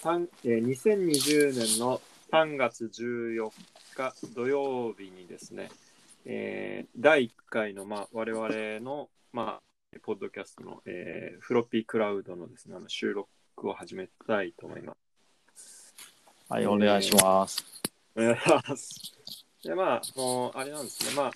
2020年の3月14日土曜日にですね、第1回の、我々の、ポッドキャストの、フロッピークラウドのですね、収録を始めたいと思います。 はい、お願いします。 お願いします。で、あれなんですね、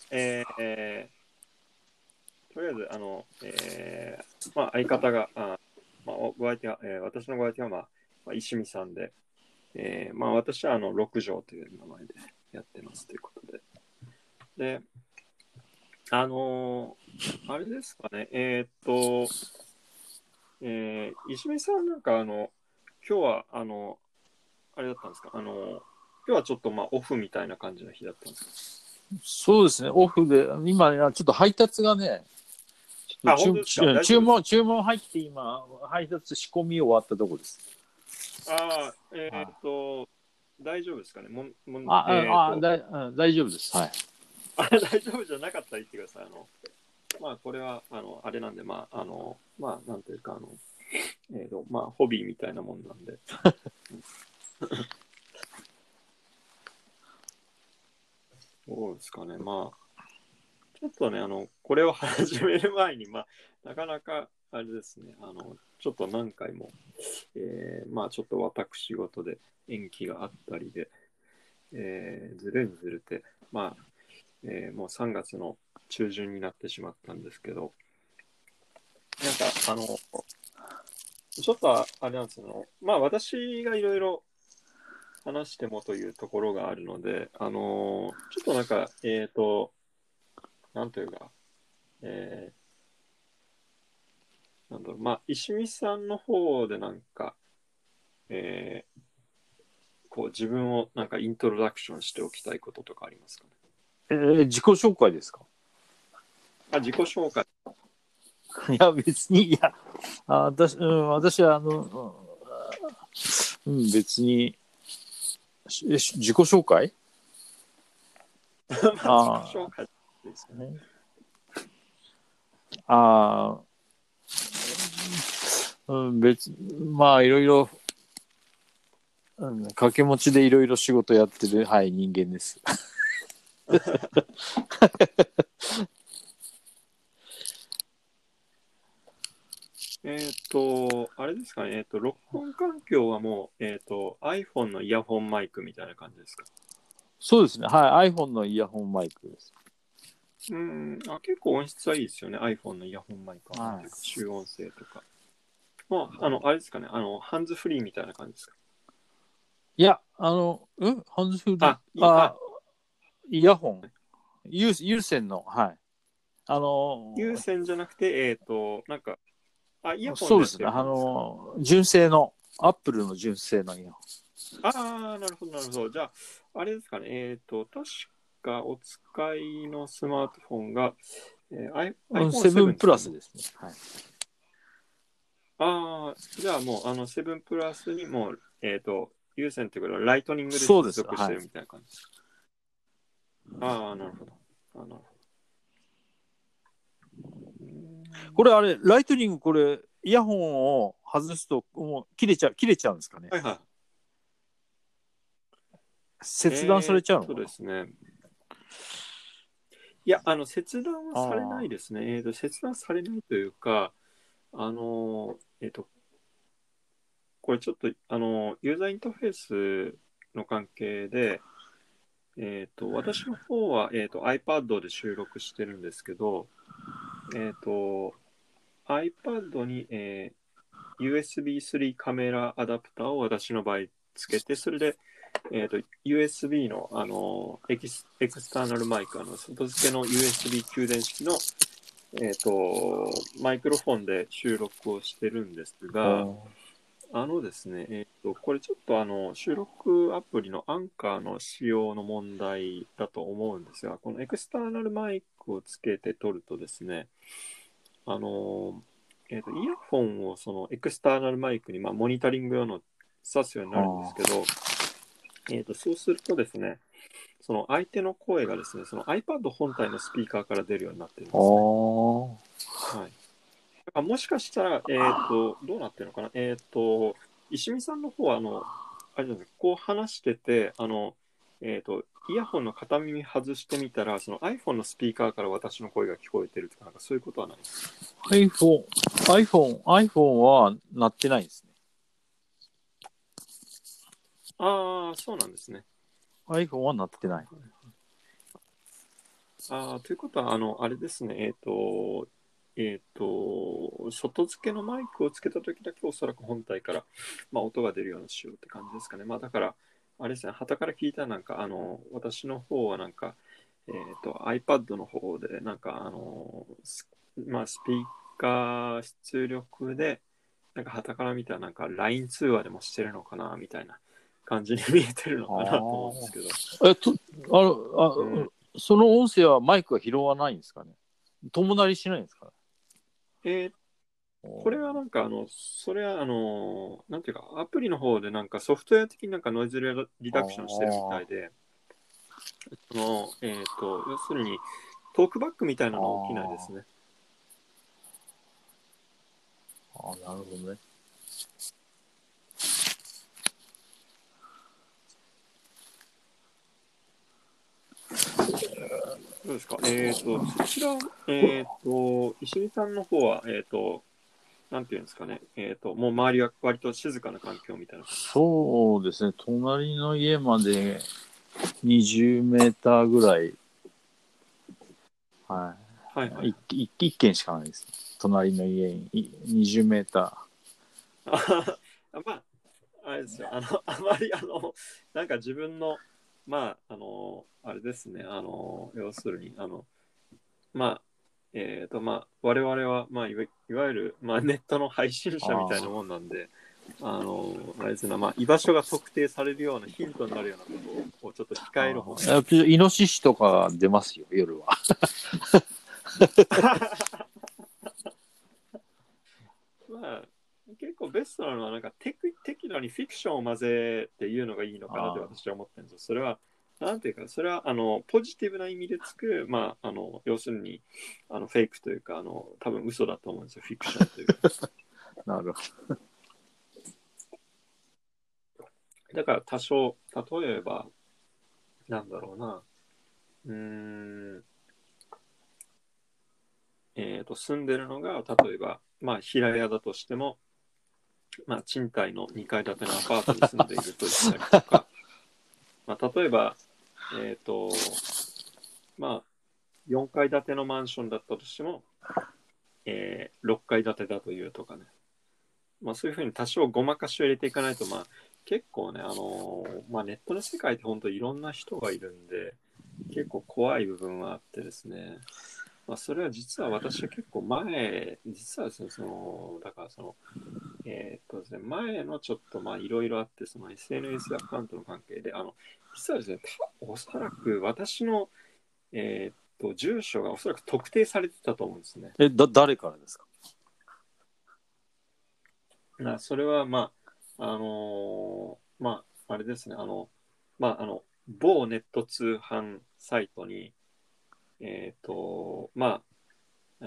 とりあえず、相方が、ご相手は、私のご相手は、石見さんで、私は六条という名前でやってますということで。で、あれですかね、石見さんなんか今日はあれだったんですか、今日はちょっとオフみたいな感じの日だったんですか？ そうですね、オフで、今、ちょっと配達がね、 本当ですか？ 注文入って今、配達仕込み終わったところです。 大丈夫ですかね？ 大丈夫です。はい。 大丈夫じゃなかったら言ってください。これは、あれなんで、なんというか、ホビーみたいなもんなんで。そうですかね。ちょっとね、これを始める前に、なかなか、あれですね、ちょっと何回も、ちょっと私事で延期があったりで、ずるにずるて、もう3月の中旬になってしまったんですけど、なんか、ちょっとあれなんですよ。私がいろいろ話してもというところがあるので、ちょっとなんか、なんというか、なんだろう、石見さんの方でなんか、こう自分をなんかイントロダクションしておきたいこととかありますかね？ 自己紹介ですか？ 自己紹介。 いや、別に、私は、別に、自己紹介自己紹介ですね。 別いろいろ、掛け持ちでいろいろ仕事やってる、はい、人間です。 あれですかね、録音環境はもう、iPhone のイヤホンマイクみたいな感じですか？ そうですね、はい、iPhone のイヤホンマイクです。 結構音質はいいですよね、iPhone のイヤホンマイクは。 はい、 集音性とか。あれですかね、ハンズフリーみたいな感じですか？ いや、ハンズフリー、イヤホン、有線の、はい。 有線じゃなくて、なんか、イヤホンでやっそうですね、 てる感じですか？ 純正の、アップルの純正のイヤホなるほど、なるほど。じゃあ、あれですかね、確かお使いのスマートフォンが、 ン。 iPhone7 7 ですか、 プラスですね。はい。 じゃあもう、7プラスにもう、有線っていうことはライトニングで接そうです。はい。 続してるみたいな感じですか？なるほど。なるほど。 これライトニング、これ、イヤホンを外すと、もう切れちゃうんですかね。 はいはい。 切断されちゃうのかな。 ですね。いや、切断はされないですね。切断されないというか、これちょっと、ユーザーインターフェースの関係で、私の方は、iPad で収録してるんですけど、iPad に、USB-3 カメラアダプターを私の場合つけて、それで、USB の、エクスターナルマイク、外付けの USB 給電式の、マイクロフォンで収録をしてるんですが、ですね、これちょっと収録アプリのアンカーの仕様の問題だと思うんですが、このエクスターナルマイクをつけて撮るとですね、イヤホンをそのエクスターナルマイクに、モニタリング用の挿すようになるんですけど、そうするとですね、その相手の声がですね、その iPad 本体のスピーカーから出るようになってるんですね。はい。もしかしたら、どうなってるのかな？ 石見さんの方は、あれなんですか、こう話してて、イヤホンの片耳外してみたら、その iPhone のスピーカーから私の声が聞こえてるとか、なんかそういうことはないですか？ iPhone は鳴ってないですね。 ああ、そうなんですね。 iPhone は鳴ってない。 ああ、ということは、あれですね、外付けのマイクをつけたときだけおそらく本体から、まあ、音が出るようにしようって感じですかね。まあ、だから、あれですね、旗から聞いたらなんか、私の方はなんか、iPad の方で、なんか、まあ、スピーカー出力で、なんか旗から見たらなんか LINE 通話でもしてるのかな、みたいな感じに見えてるのかなと思うんですけど。 あの、 うん、 その音声はマイクが拾わないんですかね。友なりしないんですかね。 えーこれはなんかそれはなんていうか、アプリの方でなんかソフトウェア的になんかノイズリダクションしてるみたいで、要するにトークバックみたいなのは起きないですね。 なるほどね。 どうですか？そちら、石井さんの方は、なんていうんですかね、もう周りは割と静かな環境みたいな感じですか？ そうですね。隣の家まで20メーターぐらい、ははいはいはい。 一軒しかないです。隣の家に20メータまあ、あれですよ。あまり、なんか自分の、まあ、あれですね。要するに、まあ、まあ、我々は、まあ、いわゆる、まあ、ネットの配信者みたいなもんなんで、あれですね、まあ、居場所が特定されるようなヒントになるようなことをちょっと控える方がいいー。イノシシとか出ますよ、夜は。 まあ、結構ベストなのは、なんか適度にフィクションを混ぜて言うのがいいのかなって私は思ってるんですよ。それは、なんていうか、それは、ポジティブな意味でつく、まあ、要するに、フェイクというか、多分嘘だと思うんですよ、フィクションというか。 なるほだから多少、例えば、なんだろうな、うーん、住んでるのが、例えば、まあ、平屋だとしても、まあ、賃貸の2階建てのアパートに住んでいると言ったりとか、まあ、例えば、まあ、4階建てのマンションだったとしても、6階建てだというとかね、まあ、そういうふうに多少ごまかしを入れていかないと、まあ、結構ね、まあ、ネットの世界って本当いろんな人がいるんで、結構怖い部分はあってですね、まあ、それは実は私は結構前、実はですね、だからですね、前のちょっとまあいろいろあって、その SNS アカウントの関係で、実はですね、おそらく私の、住所がおそらく特定されてたと思うんですね。 ど。誰からですか？ それはまあ、まあ、あれですね、まあ、某ネット通販サイトに、まあ、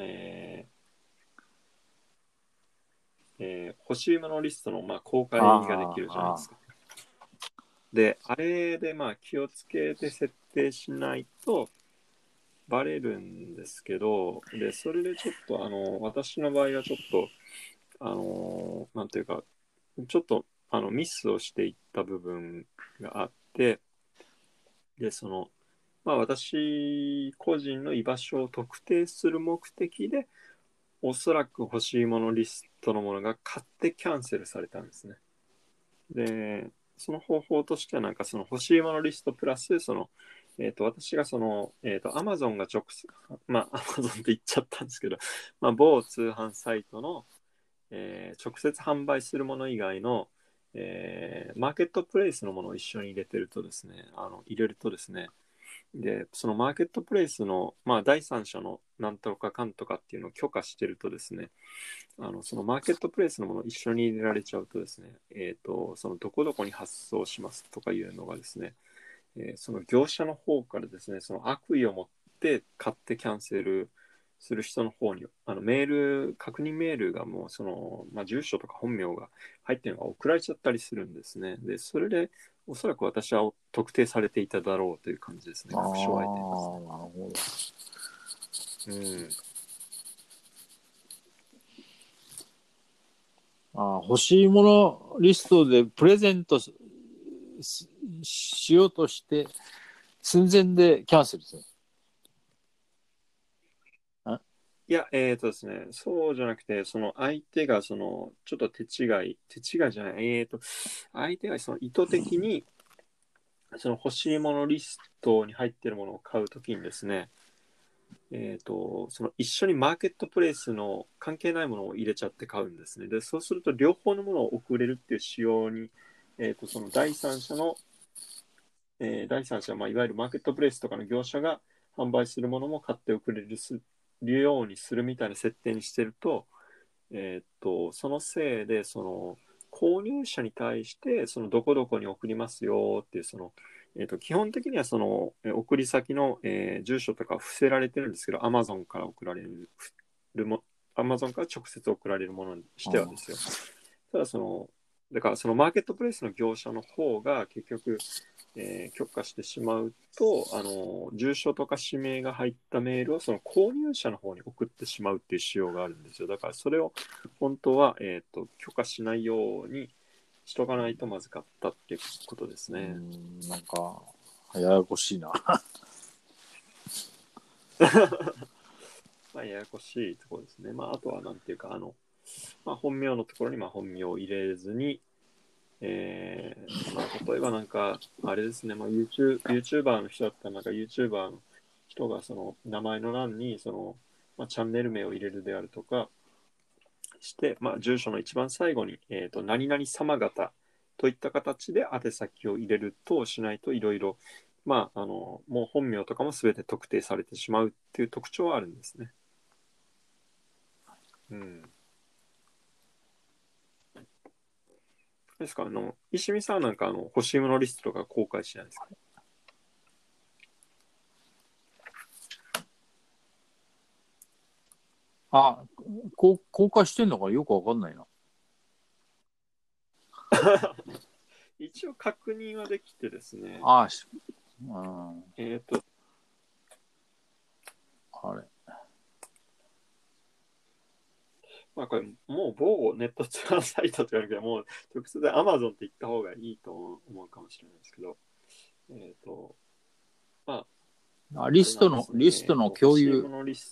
欲しいものリストの、まあ、公開ができるじゃないですか。で、あれでまあ気をつけて設定しないとバレるんですけど、で、それでちょっと私の場合はちょっと、なんていうか、ちょっとミスをしていった部分があって、で、まあ私個人の居場所を特定する目的で、おそらく欲しいものリストのものが勝手キャンセルされたんですね。で、その方法としては、なんかその欲しいものリストプラス、私がアマゾンがまあ、アマゾンって言っちゃったんですけど、まあ、某通販サイトの、直接販売するもの以外の、マーケットプレイスのものを一緒に入れるとですね、で、そのマーケットプレイスの、まあ、第三者のなんとかかんとかっていうのを許可してるとですね、そのマーケットプレイスのものを一緒に入れられちゃうとですね、そのどこどこに発送しますとかいうのがですね、その業者の方からですね、その悪意を持って買ってキャンセルする人の方に確認メールがもうその、住所とか本名が入ってるのが送られちゃったりするんですね。で、それでおそらく私は特定されていただろうという感じですね。確証相手にですね。 なるほうん。 ど。欲しいものリストでプレゼントしようとして寸前でキャンセルする。 いや、ですね、そうじゃなくて、その相手が、ちょっと手違いじゃない、相手がその意図的に、その欲しいものリストに入っているものを買うときにですね、その一緒にマーケットプレイスの関係ないものを入れちゃって買うんですね。で、そうすると両方のものを送れるっていう仕様に、その第三者の、第三者、いわゆるマーケットプレイスとかの業者が販売するものも買って送れるようにするみたいな設定にしてると、そのせいで、その購入者に対して、そのどこどこに送りますよっていう、基本的にはその送り先の、住所とか伏せられてるんですけど、Amazon から送られるも、Amazon から直接送られるものにしてはですよ。ただだからそのマーケットプレイスの業者の方が結局、許可してしまうと、住所とか氏名が入ったメールをその購入者の方に送ってしまうっていう仕様があるんですよ。だからそれを本当は、許可しないようにしとかないとまずかったっていうことですね。 なんか、ややこしいな。 ややこしいところですね。あとはなんていうか、本名のところに本名を入れずに、例えばなんか、あれですね、YouTuber の人だったら、なんか YouTuber の人がその名前の欄にチャンネル名を入れるであるとかして、住所の一番最後に、何々様方といった形で宛先を入れるとしないといろいろ、もう本名とかも全て特定されてしまうっていう特徴はあるんですね。うん。ですか、石見さんなんか欲しいものリストとか公開しないですか？ 公開してんのかよくわかんないな。 一応確認はできてですね。 あれ。 これもう某ネット通販サイトと言われるけど、もう直接 Amazon って言った方がいいと思うかもしれないですけど、 リストの共有。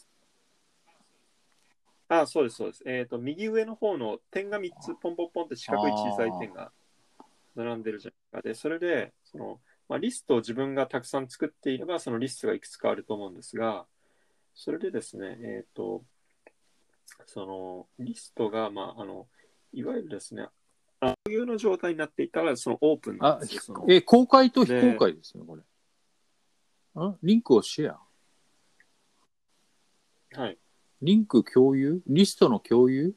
そうです、そうです。右上の方の点が3つポンポンポンって四角い小さい点が並んでるじゃないか。で、それで、リストを自分がたくさん作っていれば、そのリストがいくつかあると思うんですが、それでですね、そのリストが、いわゆるですね、共有の状態になっていたら、そのオープンなんですよ。 公開と非公開ですよ、これ。リンクをシェア。 はい。 リンク共有？リストの共有？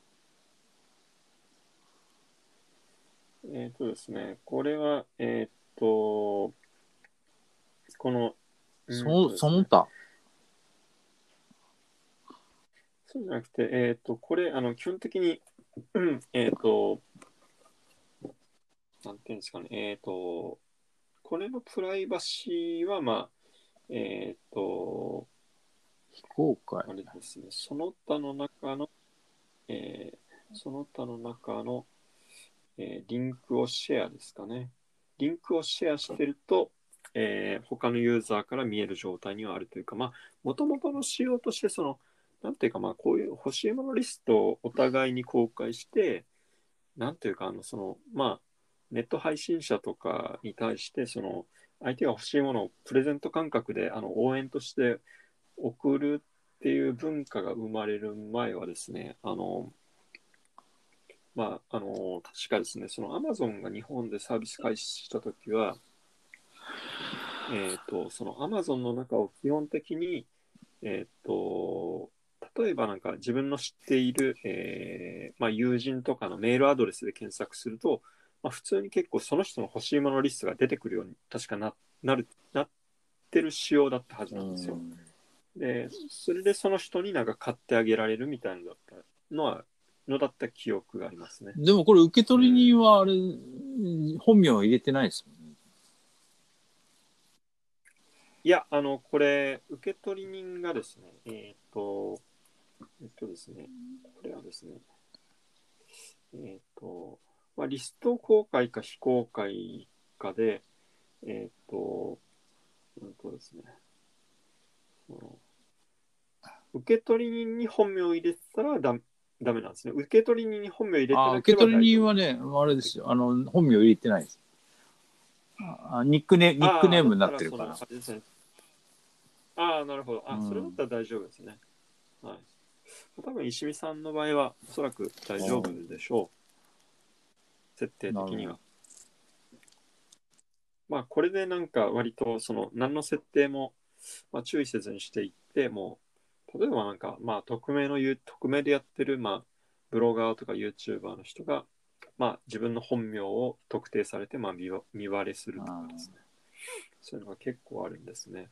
ですね、これは、この、 その他。 そうじゃなくて、これ、基本的に、なんていうんですかね、これのプライバシーは、 非公開。 あれですね、その他の中の、その他の中の、リンクをシェアですかね。リンクをシェアしてると、他のユーザーから見える状態にはあるというか、もともとの仕様として、なんていうか、こういう欲しいものリストをお互いに公開して、なんていうか、ネット配信者とかに対して、相手が欲しいものをプレゼント感覚で、応援として送るっていう文化が生まれる前はですね、確かですね、その Amazon が日本でサービス開始したときは、その Amazon の中を基本的に、例えばなんか自分の知っている、友人とかのメールアドレスで検索すると、普通に結構その人の欲しいものリストが出てくるように確かなってる仕様だったはずなんですよ。 で、それでその人になんか買ってあげられるみたいなのだった記憶がありますね。 でもこれ受取人はあれ、本名は入れてないですもんね。 いや、これ、受取人がですね、ですね、これはですね、まあ、リスト公開か非公開かで、ですね、その受取人に本名を入れてたらダメなんですね。受取人に本名を入れてなければ受取大丈夫。 人はね、あれですよ。本名入れてないです。ニックネームになだったら、 ってるから。 あれですね。なるほど。それだったら大丈夫ですね。はい。多分、石見さんの場合は、おそらく大丈夫でしょう。設定的には。まあ、これでなんか割と、何の設定も、まあ、注意せずにしていって、もう、例えばなんか、まあ、匿名でやってる、まあ、ブロガーとか YouTuber の人が、まあ、自分の本名を特定されて、まあ、見割れするとかですね。そういうのが結構あるんですね。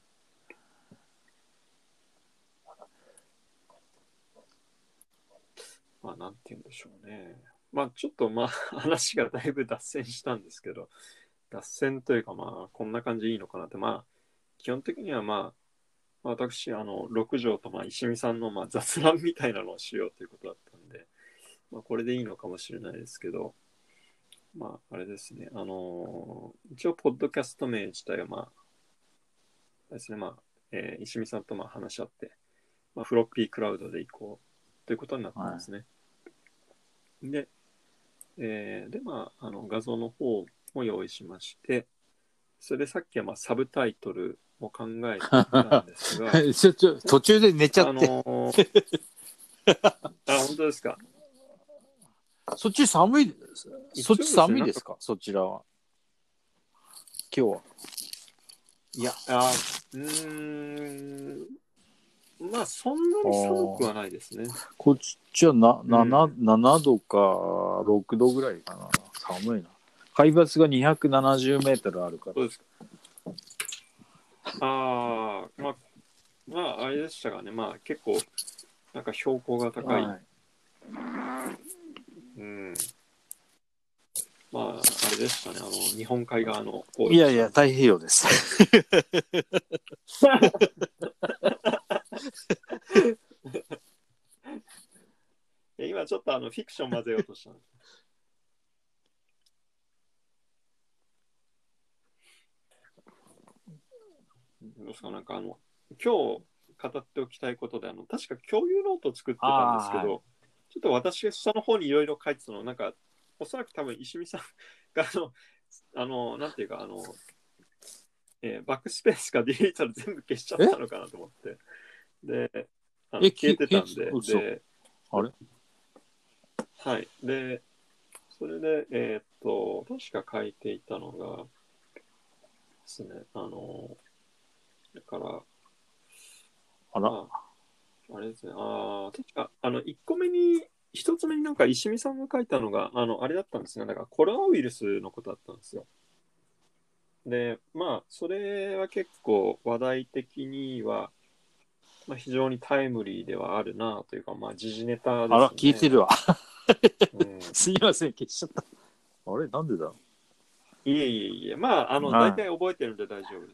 まあ、なんて言うんでしょうね。まあ、ちょっとまあ、話がだいぶ脱線したんですけど、脱線というかまあ、こんな感じでいいのかなって、まあ、基本的にはまあ、私、六条とまあ石見さんのまあ雑談みたいなのをしようということだったんで、まあ、これでいいのかもしれないですけど、まあ、あれですね、一応、ポッドキャスト名自体はまあ、ですね、まあ、石見さんとまあ話し合って、まあ、フロッピークラウドで行こうということになったんですね。で、まあ、画像の方も用意しまして、それでさっきはまあサブタイトルも考えていたんですが、 途中で寝ちゃって。 本当ですか。 そっち寒い、そっち一応ですね、なんか、 寒いですかそちらは。今日は。 いや、まあ、そんなに寒くはないですね。 こっちはうん 7度か6度ぐらいかな。寒いな。海抜が270メートルあるから。 そうですか。まあ、あれでしたがね、まあ、結構、なんか標高が高い。 はい。 うん。まあ、あれでしたね、日本海側の方いやいや、 でしたね。 太平洋です。 今ちょっとフィクション混ぜようとしたんです。どうですか、なんか今日語っておきたいことで、確か共有ノートを作ってたんですけはい。 ど、ちょっと私が下の方にいろいろ書いてたの、なんか、おそらく多分石見さんがなんていうか、バックスペースかディリートで全部消しちゃったのかなと思って。で、消えてたんで、 嘘。あれはい。で、それで、確か書いていたのがですね、だから、 あら。 まあ、あれですね、確か、1個目に、1つ目になんか石見さんが書いたのが、あれだったんですね、だからコロナウイルスのことだったんですよ。で、まあ、それは結構話題的には、まあ、非常にタイムリーではあるなというか、まあ、時事ネタあら、 ですよね。 消えてるわ。 うん、 すいません、消しちゃった。あれなんでだいえいえいえ、まあ、大はい。 体覚えてるんで大丈夫です。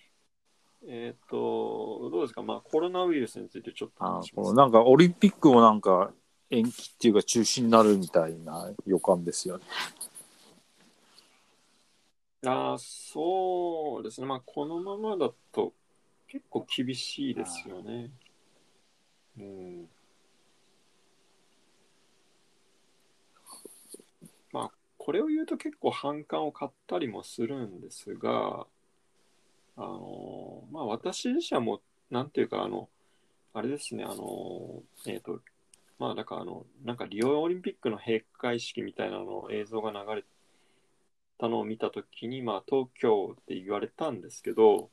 どうですか、まあ、コロナウイルスについてちょっと話しますか。 なんかオリンピックもなんか延期っていうか中止になるみたいな予感ですよね。 そうですね。まあ、このままだと結構厳しいですよね。うん。まあ、これを言うと結構反感を買ったりもするんですが、まあ、私自身はもう、なんていうか、あれですね、まあ、だからなんかリオオリンピックの閉会式みたいなの映像が流れたのを見たときに、まあ、東京って言われたんですけど、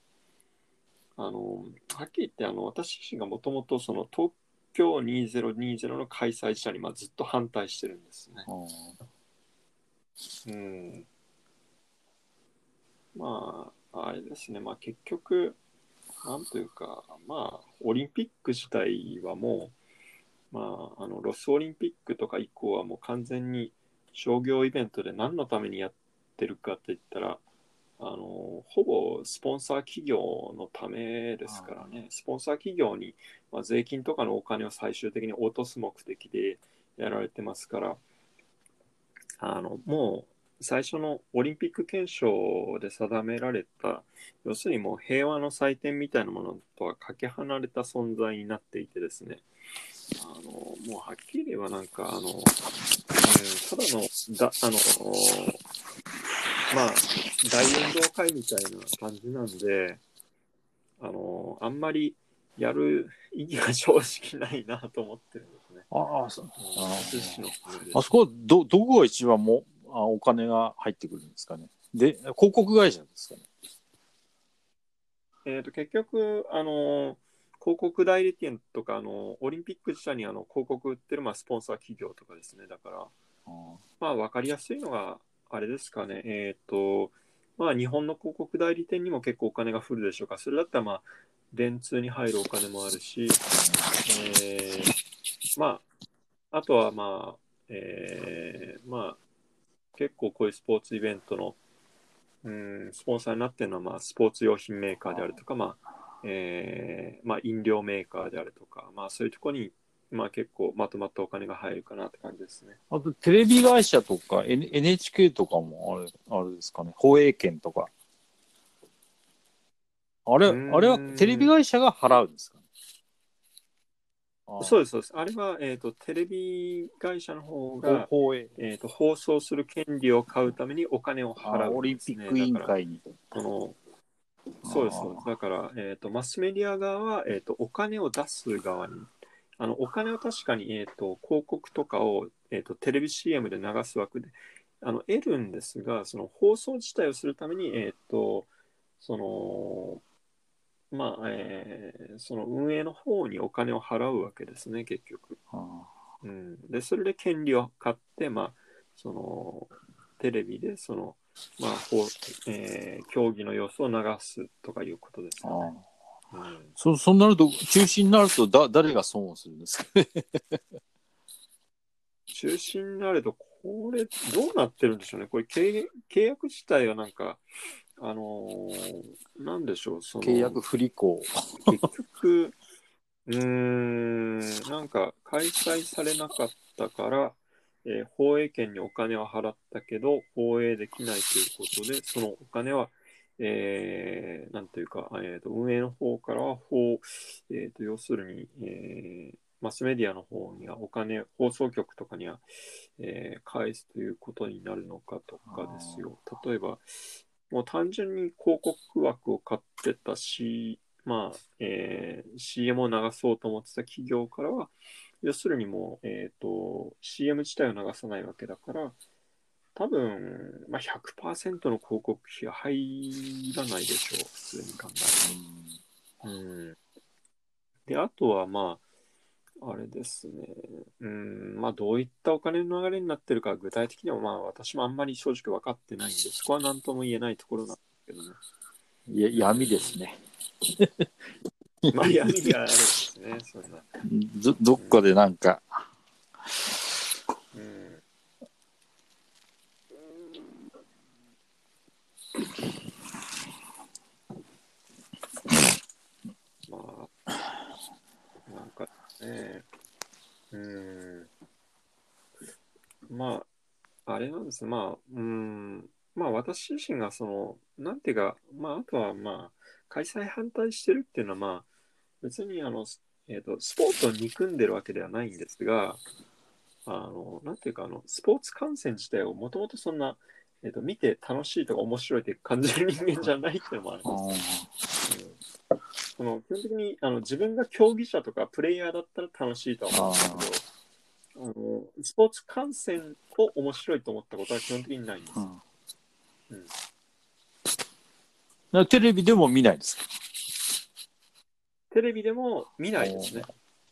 はっきり言って、私自身がもともとその東京2020の開催自体にまあずっと反対してるんですね。うん。まあ、あれですね。まあ結局、 なんというか、まあ、オリンピック自体はもう、まあ、ロスオリンピックとか以降はもう完全に商業イベントで何のためにやってるかって言ったら、ほぼスポンサー企業のためですからね、スポンサー企業に、まあ、税金とかのお金を最終的に落とす目的でやられてますから、もう最初のオリンピック憲章で定められた、要するにもう平和の祭典みたいなものとはかけ離れた存在になっていてですね、もうはっきり言えばなんか、ただの、まあ、大運動会みたいな感じなんで、あんまりやる意義が正直ないなと思ってるんですね。 ああ、そこはどこが一番お金が入ってくるんですかね。で、広告会社ですかね。 結局、広告代理店とか、オリンピック自体に広告売ってる、まあ、スポンサー企業とかですね。だから、まあ、わかりやすいのが、あれですかね。まあ、日本の広告代理店にも結構お金が降るでしょうか。それだったら、まあ、電通に入るお金もあるし、まあ、あとは、まあ、まあ、結構こういうスポーツイベントの、スポンサーになっているのは、まあ、スポーツ用品メーカーであるとか、まあ、まあ、飲料メーカーであるとか、まあ、そういうところに、まあ、結構まとまったお金が入るかなって感じですね。 あと、テレビ会社とか、NHK とかもあれですかね。放映権とか。あれはテレビ会社が払うんですかね。 そうです、そうです。あれは、テレビ会社の方が、 放映。 放送する権利を買うためにお金を払オリンうんですね。 ピック委員会に。 そうです、そうです。だから、マスメディア側は、お金を出す側に、お金を確かに、広告とかを、テレビ CM で流す枠で、得るんですが、その放送自体をするために、その、まあ、その運営の方にお金を払うわけですね、結局。で、それで権利を買って、まあ、その、テレビで、まあ、競技の様子を流すとかいうことですよね。 そうなると、中止になると誰が損をするんですかね。 中止になると、これ、どうなってるんでしょうね。これ、契約自体はなんか、なんでしょう、 契約不履行。 結局、なんか、開催されなかったから、放映権にお金を払ったけど、放映できないということで、そのお金は、なんというか、運営の方からは要するに、マスメディアの方にはお金、放送局とかには、返すということになるのかとかですよ。例えば、もう単純に広告枠を買ってたし、まあ、CM を流そうと思ってた企業からは、要するにもう、CM 自体を流さないわけだから、多分、まあ、100%の広告費は入らないでしょう、普通に考えると。で、あとは、まあ、あれですね。まあ、どういったお金の流れになってるか、具体的には、まあ、私もあんまり正直分かってないんで、そこは何とも言えないところなんですけどね。 闇ですね。 まあ、闇があるんですね、そんな。 どっかでなんか、 まあ、なんかね、まあ、あれなんです。まあ、まあ、私自身がなんていうか、まあ、あとは、まあ、開催反対してるっていうのは、まあ、別に、スポーツを憎んでるわけではないんですが、なんていうか、スポーツ観戦自体をもともとそんな、見て楽しいとか面白いって感じる人間じゃないっていうのもあるんです。基本的に自分が競技者とかプレイヤーだったら楽しいとは思うんですけど、スポーツ観戦を面白いと思ったことは基本的にないんです。 テレビでも見ないですか？ テレビでも見ないですね。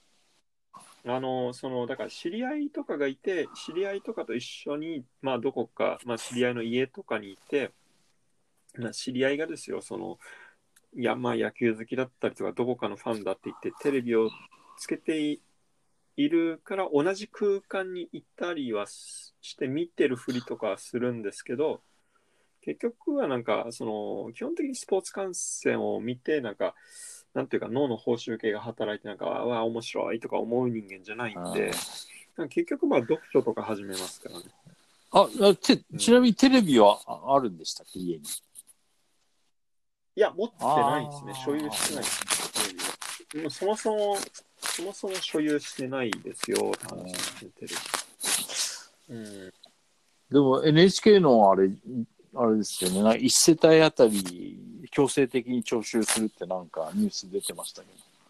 だから知り合いとかがいて、知り合いとかと一緒に、まあ、どこか、まあ、知り合いの家とかにいて、まあ、知り合いがですよ、 まあ野球好きだったりとか、どこかのファンだって言って、テレビをつけているから同じ空間にいたりはして見てるふりとかはするんですけど、結局はなんかその基本的にスポーツ観戦を見てなんていうか脳の報酬系が働いて面白いとか思う人間じゃないんで、結局まあ読書とか始めますからね。 ちなみにテレビはあるんでしたっけ、家に。 いや、持ってないですね。所有してないです、テレビは。もうそもそも所有してないですよって話ですね、テレビ。 でも NHK のあれですよね。なんか一世帯あたり強制的に徴収するってなんかニュース出てましたけ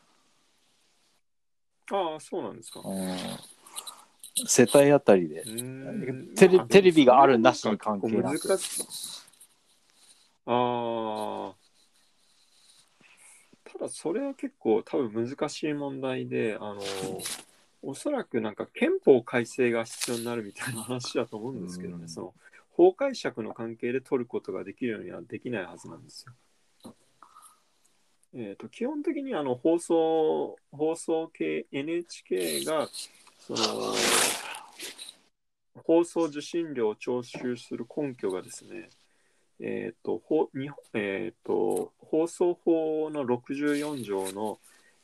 ああ、そうなんですか。 ど。世帯あたりで。テレビがあるなしに関係なく。 ああ。ただそれは結構多分難しい問題で、おそらくなんか憲法改正が必要になるみたいな話だと思うんですけどね、その法解釈の関係で取ることができるようにはできないはずなんですよ。基本的に放送系 NHK がその放送受信料を徴収する根拠がですね、放送法の64条の、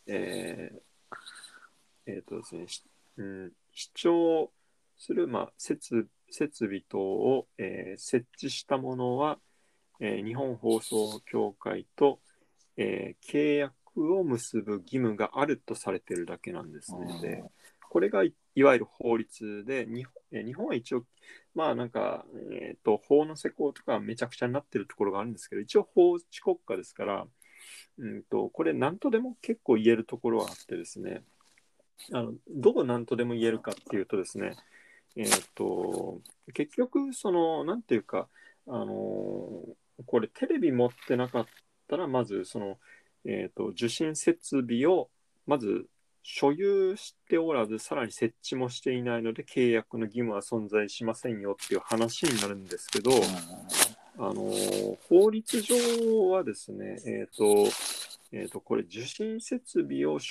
ですね、視聴する、設備等を、設置したものは、日本放送協会と、契約を結ぶ義務があるとされているだけなんですね。で、これがいわゆる法律で、日本は一応、まあなんか、法の施行とかめちゃくちゃになってるところがあるんですけど、一応法治国家ですから、これ何とでも結構言えるところはあってですね、どう何とでも言えるかっていうとですね、結局、なんていうか、これテレビ持ってなかったら、まず、受信設備を、まず、所有しておらず、さらに設置もしていないので、契約の義務は存在しませんよっていう話になるんですけど、法律上はですね、これ、受信設備を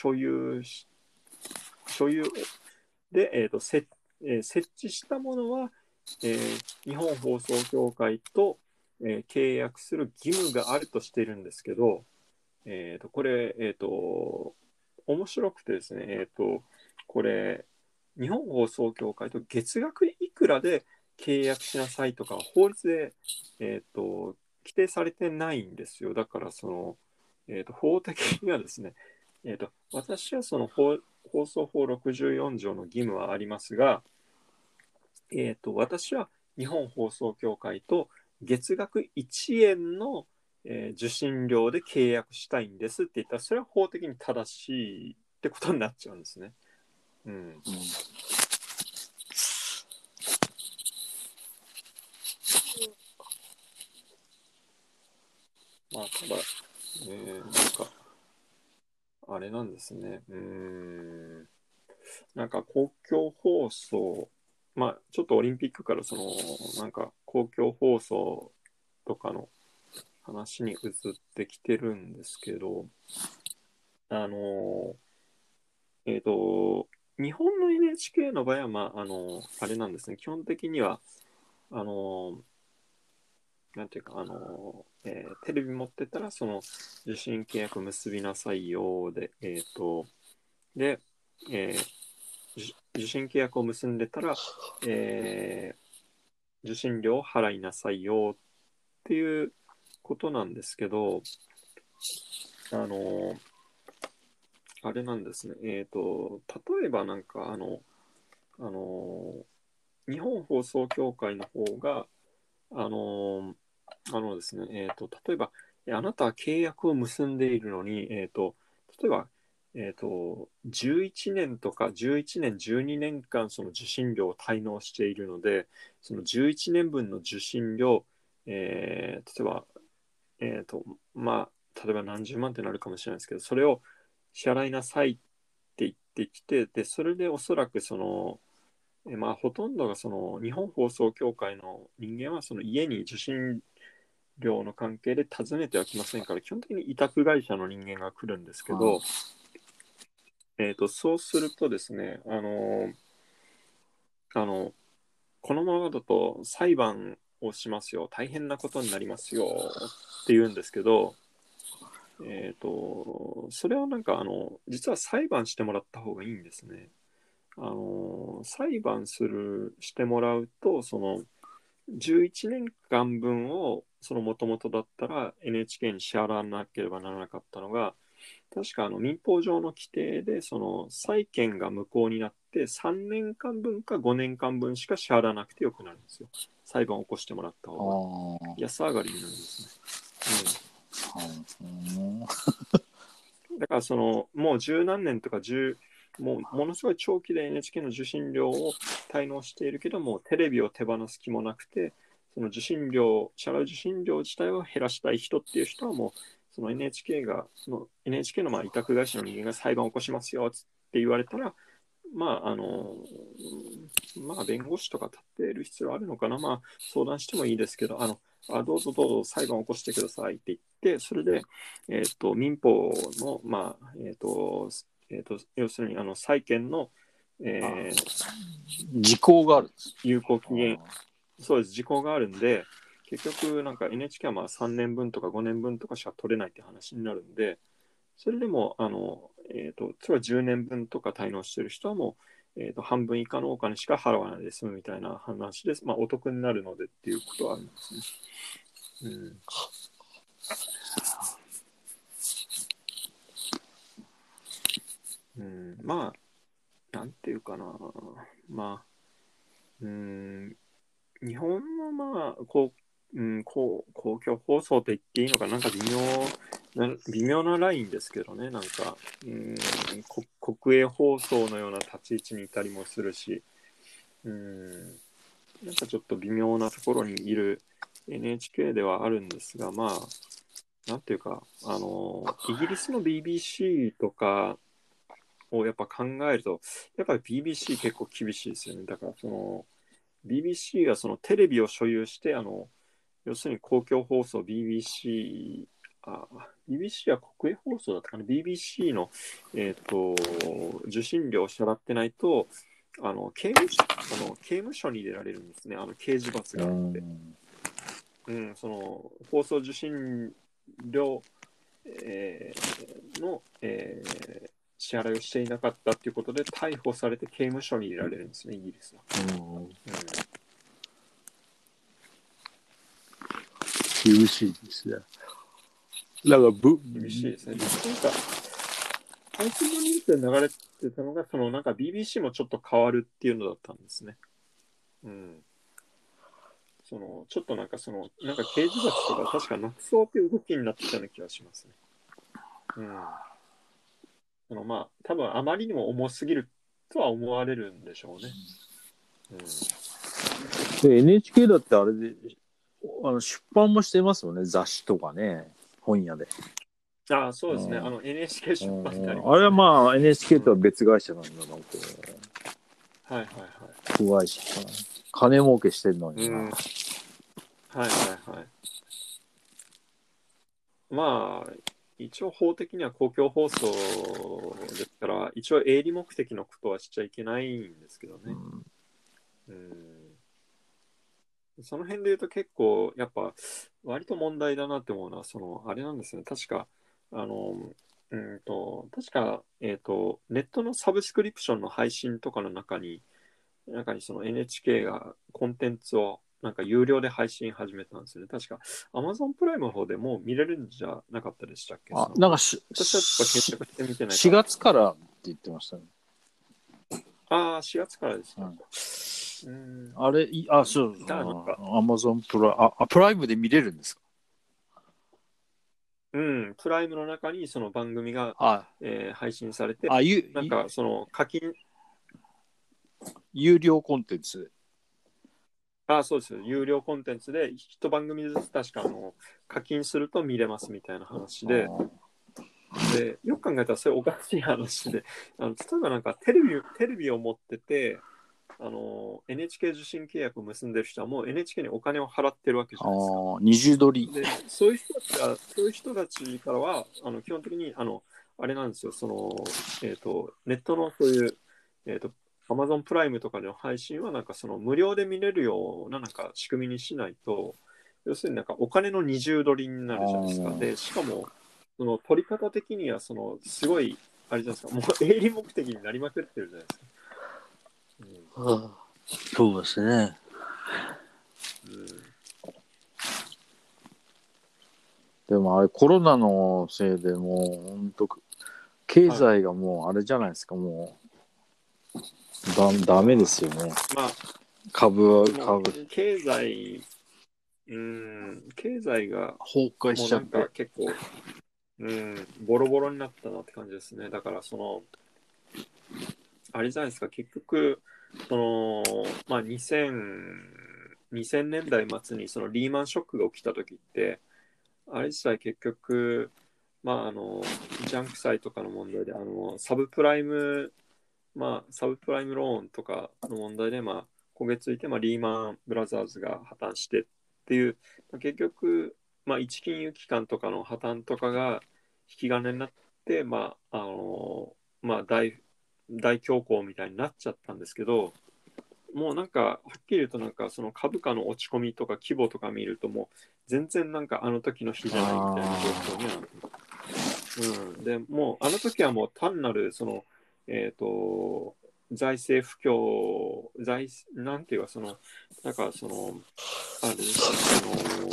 所有で、設置したものは、日本放送協会と、契約する義務があるとしているんですけど、これ、面白くてですね、これ、日本放送協会と月額いくらで契約しなさいとか、法律で、規定されてないんですよ。だから、法的にはですね、私は放送法64条の義務はありますが、私は日本放送協会と月額1円の、受信料で契約したいんですって言ったら、それは法的に正しいってことになっちゃうんですね。まあ、ただ、なんか、あれなんですね。なんか公共放送、まあ、ちょっとオリンピックからなんか公共放送とかの話に移ってきてるんですけど、あの、えっと、日本の NHK の場合は、あれなんですね、基本的には、あの、なんていうか、テレビ持ってたら、受信契約結びなさいよで、で、えー受信契約を結んでたら、受信料を払いなさいよっていうことなんですけど、あれなんですね。例えばなんか、あの、日本放送協会の方が、あの、ですね、例えば、あなたは契約を結んでいるのに、例えば、11年とか11年、12年間その受信料を滞納しているので、その11年分の受信料、例えば、えっと、例えば何十万ってなるかもしれないですけど、それを支払いなさいって言ってきて、で、それでおそらくほとんどが日本放送協会の人間はその家に受信料の関係で訪ねてはきませんから、基本的に委託会社の人間が来るんですけど、そうするとですね、このままだと裁判をしますよ、大変なことになりますよって言うんですけど、それはなんか実は裁判してもらった方がいいんですね。裁判してもらうと、その11年間分をその元々だったら NHK に支払わなければならなかったのが、確か民法上の規定でその債権が無効になって3年間分か5年間分しか支払わなくてよくなるんですよ。裁判を起こしてもらった方が安上がりになるんですね。だからそのもう十何年とかものすごい長期で NHK の受信料を滞納しているけども、テレビを手放す気もなくて、その支払う受信料自体を減らしたい人っていう人はもう、その NHK のまあ委託会社の人間が裁判を起こしますよって言われたら、まあ弁護士とか立っている必要あるのかな、まあ相談してもいいですけど、どうぞどうぞ裁判を起こしてくださいって言って、それで、民法の、要するに債権の、 時効があるんです。 有効期限、そうです、時効があるんで、結局なんか NHK はまあ3年分とか5年分とかしか取れないって話になるんで、それでも例えば10年分とか滞納してる人はもう、半分以下のお金しか払わないで済むみたいな話です。まあ、お得になるのでっていうことはあるんですね。まあ、なんていうかな。まあ、日本のまあ、公共放送と言っていいのかなんか微妙なラインですけどね、なんか、国営放送のような立ち位置にいたりもするし、なんかちょっと微妙なところにいる NHK ではあるんですが、まあ、なんていうか、イギリスの BBC とかをやっぱ考えると、やっぱり BBC 結構厳しいですよね。だからその、BBC がそのテレビを所有して、要するに公共放送 BBC は国営放送だったかな BBC の、受信料を支払ってないと、刑務所に入れられるんですね。刑事罰があって。その放送受信料、の、支払いをしていなかったということで逮捕されて刑務所に入れられるんですね、イギリスは。 厳しいですね。 厳しいですね。なんか、最近のニュースで流れてたのが、なんか BBC もちょっと変わるっていうのだったんですね。ちょっとなんかなんか刑事罰とか確かなくそうっていう動きになってたような気がしますね。まあ、多分あまりにも重すぎるとは思われるんでしょうね。 で NHK だってあれで出版もしてますよね、雑誌とかね、本屋で。 そうですね。NHK 出版になります、ね。 あれはまあ NHK とは別会社なんだなと。 はいはいはい。 子会社かな。金儲けしてんのにな。 はいはいはい。まあ、一応法的には公共放送ですから、一応営利目的のことはしちゃいけないんですけどね。その辺で言うと結構、やっぱ、割と問題だなって思うのは、あれなんですね。確か、確か、ネットのサブスクリプションの配信とかの中にその NHK がコンテンツをなんか有料で配信始めたんですよね。確か Amazon プライムの方でもう見れるんじゃなかったでしたっけ？ なんか私はちょっと検索してみてない 4月からって言ってましたね。 4月からですか。 あれ、そう、Amazon プライムで見れるんですか？ プライムの中にその番組が、配信されて、なんかその有料コンテンツ。 そうです。有料コンテンツで一番組ずつ確か課金すると見れますみたいな話で、よく考えたらそれおかしい話で、例えばなんかテレビを持ってて、 NHK 受信契約を結んでる人はもう NHK にお金を払ってるわけじゃないですか。 二重取り。 で、そういう人たちからは、基本的に、あれなんですよ、ネットのそういう、Amazon プライムとかでの配信は、なんか無料で見れるような、なんか仕組みにしないと、要するになんかお金の二重取りになるじゃないですか。で、しかも、その取り方的には、すごい、あれじゃないですか、もう営利目的になりまくってるじゃないですか。 そうですね。でもあれコロナのせいでもう本当経済がもうあれじゃないですか、もうダメですよね。 まあ、 株経済が崩壊しちゃって、 もうなんか結構、ボロボロになったなって感じですね。だからあれじゃないですか、結局、まあ2000年代末にそのリーマンショックが起きた時って、あれ自体結局、まあジャンク債とかの問題で、サブプライムローンとかの問題で、まあ、焦げついて、まあ、リーマンブラザーズが破綻してっていう、結局、まあ、一金融機関とかの破綻とかが引き金になって、まあ、大恐慌みたいになっちゃったんですけど、もうなんか、はっきり言うと、なんか、その株価の落ち込みとか規模とか見ると、もう、全然なんかあの時の日じゃないみたいな状況にはなって、で、もう、あの時はもう単なる、財政不況、なんていうか、なんかあれです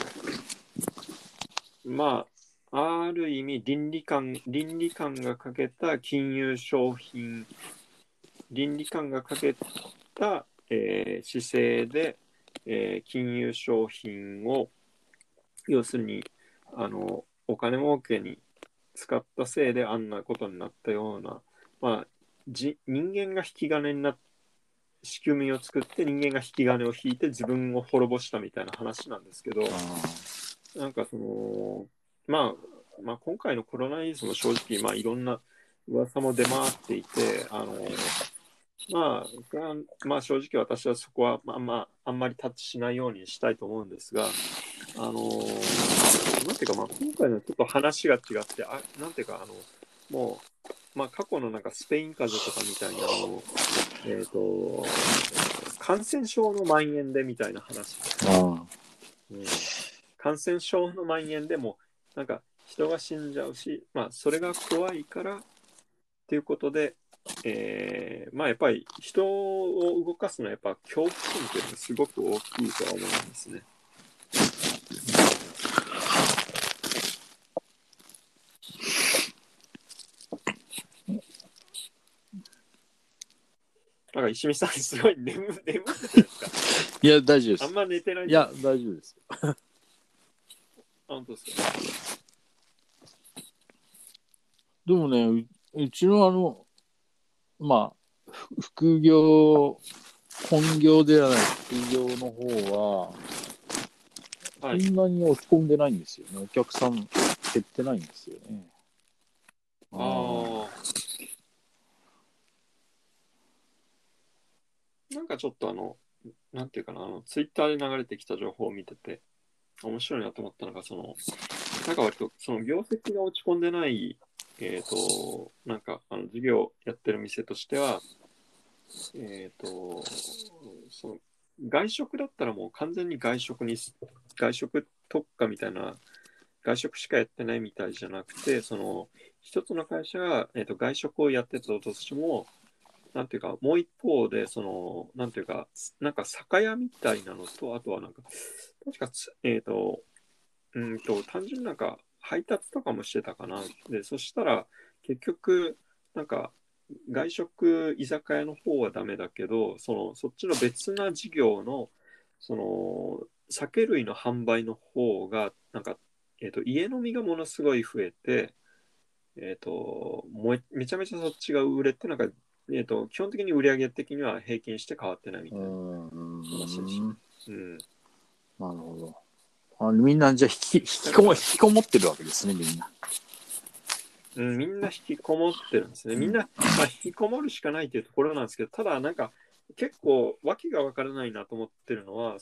ね、まあ、ある意味倫理観が欠けた金融商品、倫理観が欠けた、姿勢で、金融商品を、要するに、お金儲けに使ったせいであんなことになったような、まあ、人間が引き金になって仕組みを作って人間が引き金を引いて自分を滅ぼしたみたいな話なんですけど、なんかまあ今回のコロナウイルスも正直、まあいろんな噂も出回っていて、まあ正直私はそこはあんまりタッチしないようにしたいと思うんですが、なんていうか、まあ今回のちょっと話が違って、なんていうか、もう、まあ過去のなんかスペイン風邪とかみたいな感染症の蔓延でみたいな話で、感染症の蔓延でもなんか人が死んじゃうし、まあそれが怖いからっていうことで、まあやっぱり人を動かすのはやっぱ恐怖心っていうのがすごく大きいとは思うんですね。なんか石見さんすごい眠ってないですか？ いや大丈夫です。 あんま寝てない。 いや大丈夫です。 本当ですか？ でもね、うちのまあ副業、本業ではない副業の方は、そんなに落ち込んでないんですよね。お客さん減ってないんですよね。 なんかちょっとなんていうかな、ツイッターで流れてきた情報を見てて、面白いなと思ったのが、なんか割と、業績が落ち込んでない、なんか、事業やってる店としては、その、外食だったらもう完全に外食特化みたいな、外食しかやってないみたいじゃなくて、一つの会社が、外食をやってたとしても、なんていうか、もう一方で、なんていうか、なんか酒屋みたいなのと、あとはなんか、確か単純になんか配達とかもしてたかな。で、そしたら、結局、なんか、外食居酒屋の方はダメだけど、そっちの別な事業の、酒類の販売の方が、なんか、家飲みがものすごい増えて、めちゃめちゃそっちが売れて、なんか、基本的に売上的には平均して変わってないみたいな話でした。 なるほど。みんなじゃあ引きこもってるわけですね、みんな。 みんな引きこもってるんですね。みんな、引きこもるしかないというところなんですけど、ただなんか、 結構訳がわからないなと思ってるのは、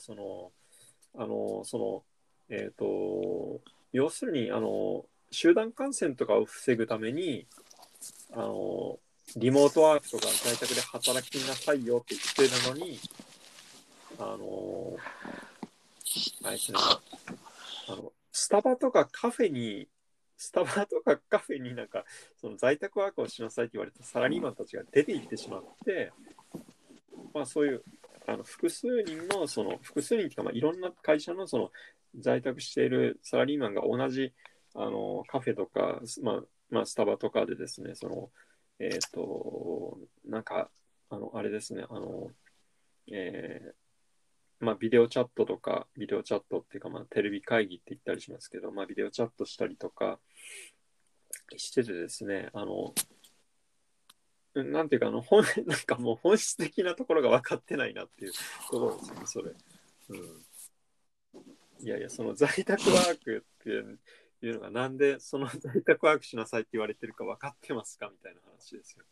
要するに、集団感染とかを防ぐために、あの、リモートワークとか在宅で働きなさいよって言ってるのに、あれですね、スタバとかカフェになんか、その在宅ワークをしなさいって言われたサラリーマンたちが出て行ってしまって、まあそういう、複数人っていうか、まあいろんな会社の在宅しているサラリーマンが同じ、カフェとか、まあスタバとかでですね、なんか、あれですね、えまあ、ビデオチャットっていうか、まあ、テレビ会議って言ったりしますけど、まあ、ビデオチャットしたりとかしててですね、なんていうか、なんかもう本質的なところが分かってないなっていうところですよね、それ。うん。いやいや、その在宅ワークっていうのが、なんでその在宅ワークしなさいって言われてるか分かってますかみたいな話ですよ。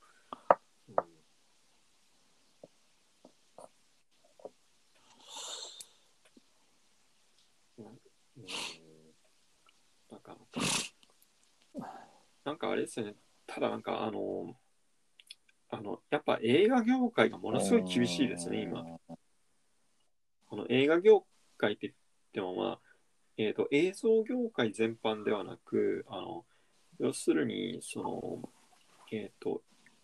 なかなんかあれですね、ただなんかやっぱ映画業界がものすごい厳しいですね、今。映画業界って言っても、まあ、映像業界全般ではなく、要するに、えっと、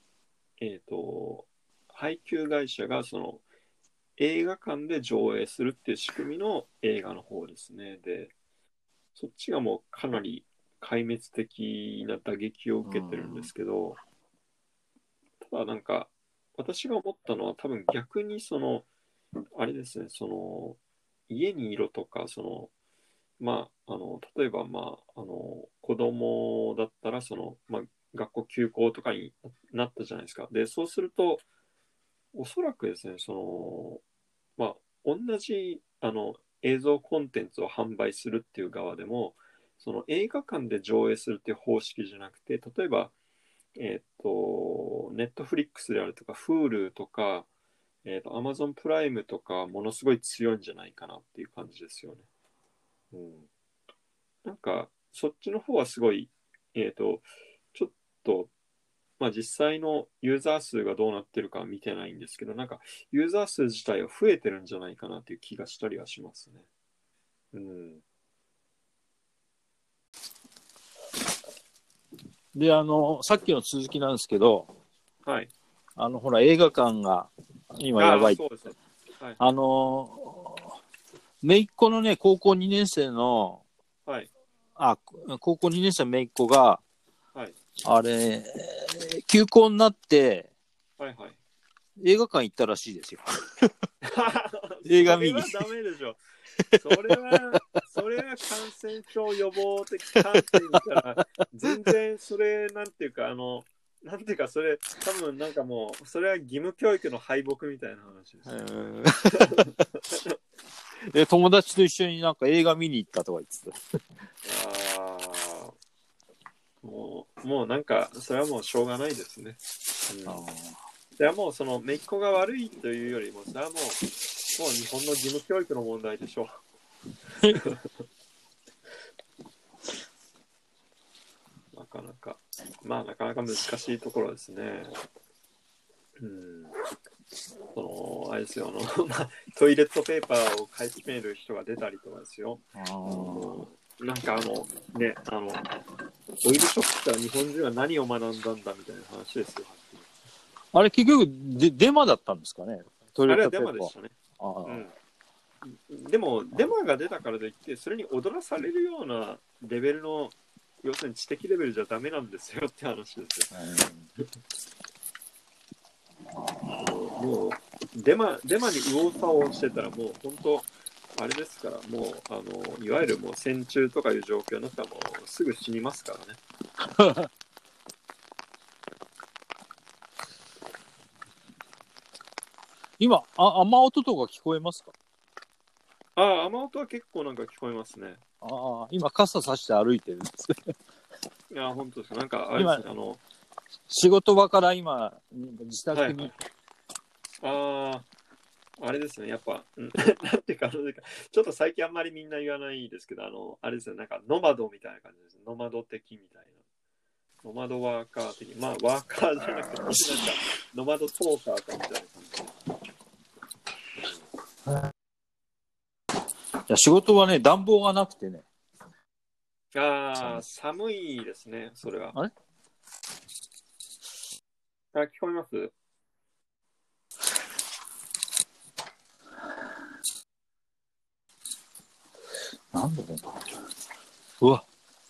配給会社が、映画館で上映するっていう仕組みの映画の方ですね。で、そっちがもうかなり壊滅的な打撃を受けてるんですけど、ただなんか、私が思ったのは多分逆にあれですね、家にいろとか、まあ、例えば、まあ、子供だったら、まあ、学校休校とかになったじゃないですか。で、そうすると、おそらくですね、まあ、同じ、映像コンテンツを販売するっていう側でも、映画館で上映するっていう方式じゃなくて、例えば、ネットフリックスであるとか、Hulu とか、Amazon プライムとか、ものすごい強いんじゃないかなっていう感じですよね。うん。なんか、そっちの方はすごい、ちょっと、まあ実際のユーザー数がどうなってるかは見てないんですけど、なんか、ユーザー数自体は増えてるんじゃないかなっていう気がしたりはしますね。うん。 で、さっきの続きなんですけど、 はい。 ほら、映画館が今やああ、 ばい。 そうですね。はい。 姪っ子のね、高校2年生の、 はい。 高校2年生の姪っ子が、 はい。 あれ、休校になって、 はい。はい。 映画館行ったらしいですよ。映画見に。 それはダメでしょ。それは感染症予防的観点から全然それなんていうかなんていうかそれ多分なんかもうそれは義務教育の敗北みたいな話ですよ。 で、友達と一緒になんか映画見に行ったとか言ってた。 ああ、もうなんかそれはもうしょうがないですね。それはもうその姪っ子が悪いというよりもそれはもう日本の義務教育の問題でしょう。なかなか難しいところですね。あれですよ、トイレットペーパーを買い占める人が出たりとかですよ。なんかね、オイルショックから日本人は何を学んだんだみたいな話ですよ。 あれ結局デマだったんですかね。 あれはデマでしたね。でもデマが出たからといってそれに踊らされるようなレベルの要するに知的レベルじゃダメなんですよって話ですよ。もうデマに右往左往してたらもう本当あれですからもういわゆるもう戦中とかいう状況になったらもうすぐ死にますからね。 今雨音とか聞こえますか？ 雨音は結構なんか聞こえますね。 今傘さして歩いてるんです。 いや本当です。なんかあれですね仕事場から今自宅にああ、あれですね、やっぱ、なんていうか、ちょっと最近あんまりみんな言わないですけど、あれですね、なんかノマドみたいな感じです。ノマド的みたいな。ノマドワーカー的。まあ、ワーカーじゃなくて、なんか、ノマドトーカーかみたいな感いや仕事はね、暖房がなくてね。 じ。ああ、寒いですね、それは。 あれ聞こえます？ なんだろうな。うわ。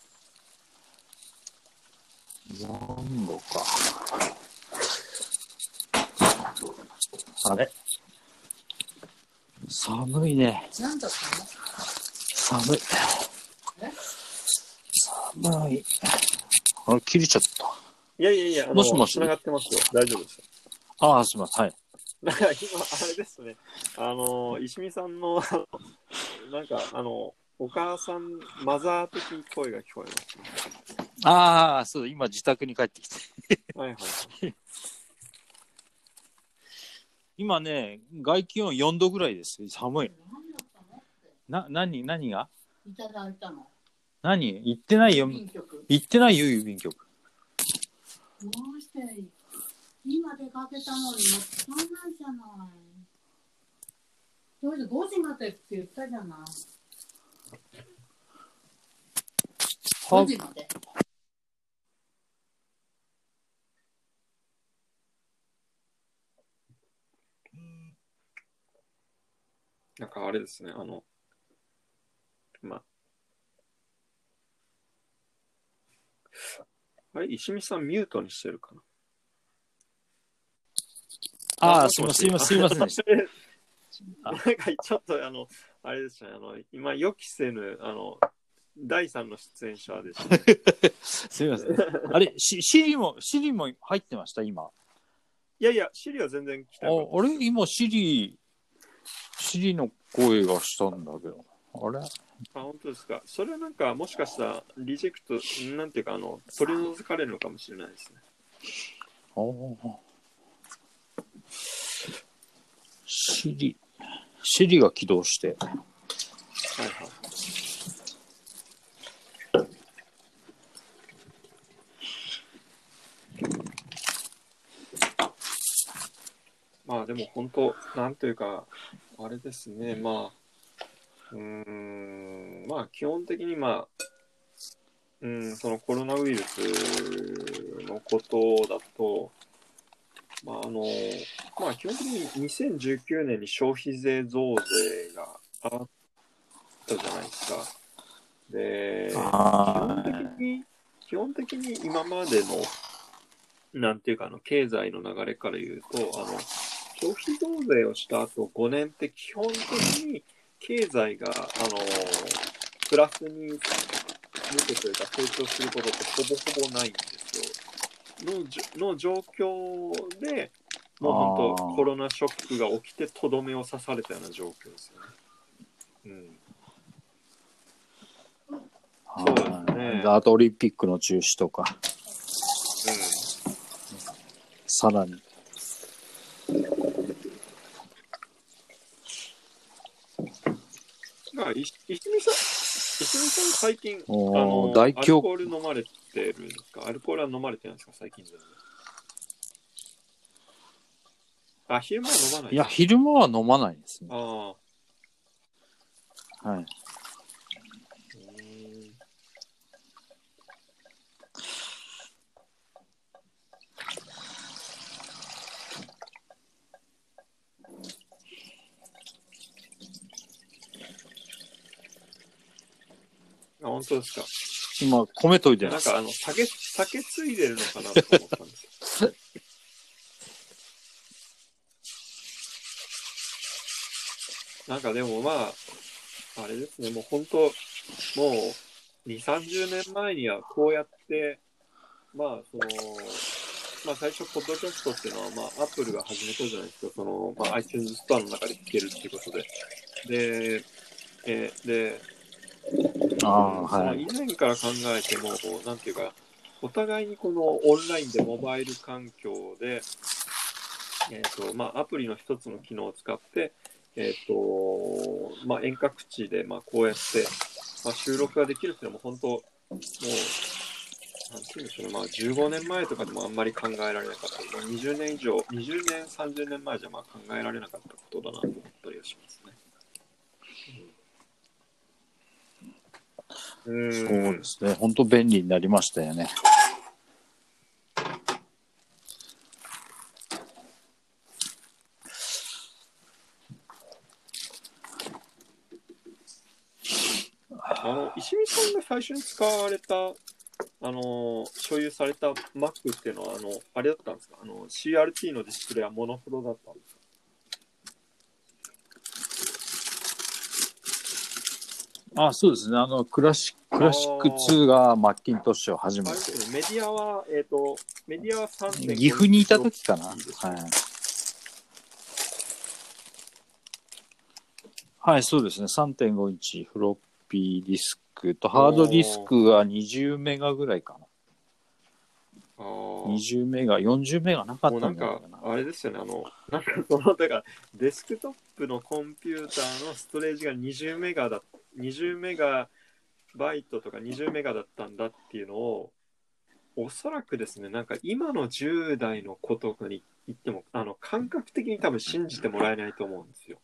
何度か。あれ寒いね。 なんだった寒い。寒い。あれ、切れちゃった。 いやいやいや、 もしもし繋がってますよ。大丈夫です。 ああ、すみません。はい。 なんか今、あれですね。石見さんの、なんか、お母さん、マザー的声が聞こえますね。 ああ、そう、今自宅に帰ってきて。 はいはい。 今ね、外気温4度ぐらいです。寒い。何がいただいたの。 何言ってないよ。言ってないよ、郵便局。 どうして今出かけたのにもつかないじゃない。それで5時までって言ったじゃない。5時まで。 なんかあれですね。まあれ、石見さんミュートにしてるかな。 ああ、 もしもしすみませんでした。 なんかちょっとあれですね。今予期せぬ、第3の出演者でした、ね。 すみません。あれ、シリも入ってました、今。 いやいや、シリは全然来たよ。 あれ今、シリの声がしたんだけど。あれ本当ですか。それはなんか、もしかしたら、リジェクト、なんていうか、取り除かれるのかもしれないですね。 ああ。シリが起動して。 はいはい。まあでも本当、なんというか、あれですね、まあ基本的にそのコロナウイルスのことだと、基本的に2019年に消費税増税があったじゃないですか。で、基本的に今までの、なんていうか、経済の流れから言うと、消費増税をした後5年って基本的に経済が、プラスに向けというか成長することってほぼほぼないんですよ。の状況で、もう本当コロナショックが起きてとどめを刺されたような状況ですよね。そうですね。 あとオリンピックの中止とか。さらに。 石見さん最近アルコール飲まれてるんですか？アルコールは飲まれてないんですか最近全然。昼間は飲まない？ いや、昼間は飲まないですね。はい。 本当ですか。 今、米研いでます。 なんか酒ついでるのかなと思ったんですよ。なんかでもあれですね、もう本当、もう2、30年前にはこうやって、最初、ポッドキャストっていうのは、アップルが始めたじゃないですか、iTunes ストアの中で聞けるっていうことで。その以前から考えても、なんていうか、お互いにこのオンラインでモバイル環境で、 アプリの一つの機能を使って、遠隔地でこうやって、収録ができるっていうのも本当、もう、なんていうんでしょうね、15年前とかでもあんまり考えられなかった、20年以上、20年、30年前じゃ考えられなかったことだなと思ったりはしますね。 そうですね、本当便利になりましたよね。 石見さんが最初に使われた、所有された Mac っていうのは、あれだったんですか？CRT のディスプレイはモノクロだったんですか？ そうですね。クラシック2がマッキントッシュを始めて。 メディアは、3.5。 岐阜にいた時かな。はい。そうですね。3.5 インチフロッピーディスクと、ハードディスクが20メガぐらいかな。20メガ、40メガなかったんだよな。 あれですよね。だからデスクトップのコンピューターのストレージが20メガバイトとか20メガだったんだっていうのを、おそらくですね、今の10代の子とかに言っても、感覚的に多分信じてもらえないと思うんですよ。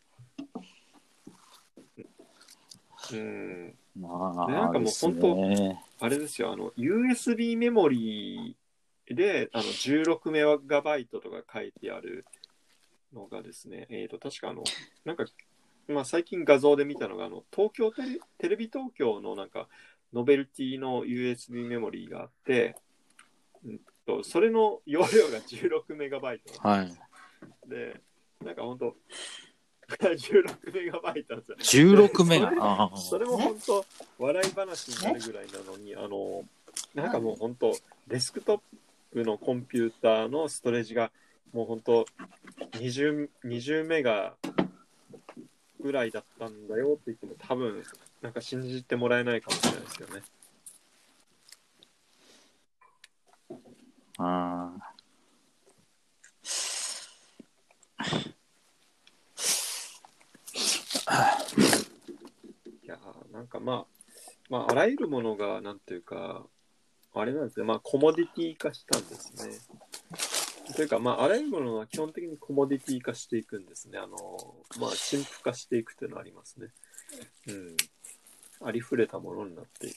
でもう本当、あれですよ、USB メモリーで16メガバイトとか書いてあるのがですね、確か最近画像で見たのが、東京テレビ東京のノベルティの USB メモリーがあって、それの容量が16メガバイト。 はい。 で、本当、16メガバイトなんですよ。16メガそれも本当、笑い話になるぐらいなのに、もう本当、デスクトップのコンピューターのストレージが、もう本当、20メガぐらいだったんだよって言っても、多分、信じてもらえないかもしれないですよね。いやあらゆるものがなんていうかあれなんですね、コモディティ化したんですね。というかあらゆるものは基本的にコモディティ化していくんですね。陳腐化していくというのはありますね。ありふれたものになっていく。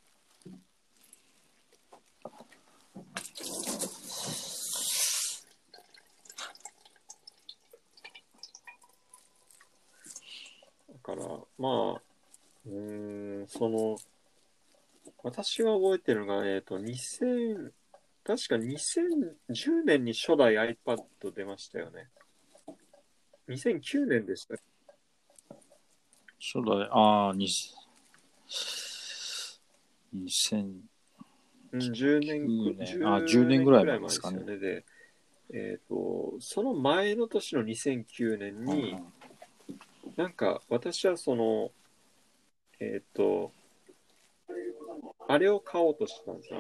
だから私が覚えてるのが確か2010年に初代 iPad 出ましたよね。2009年でした。 初代 2010年 10年ぐらい前ですかね。 で、その前の年の2009年に、私はあれを買おうとしてたんです。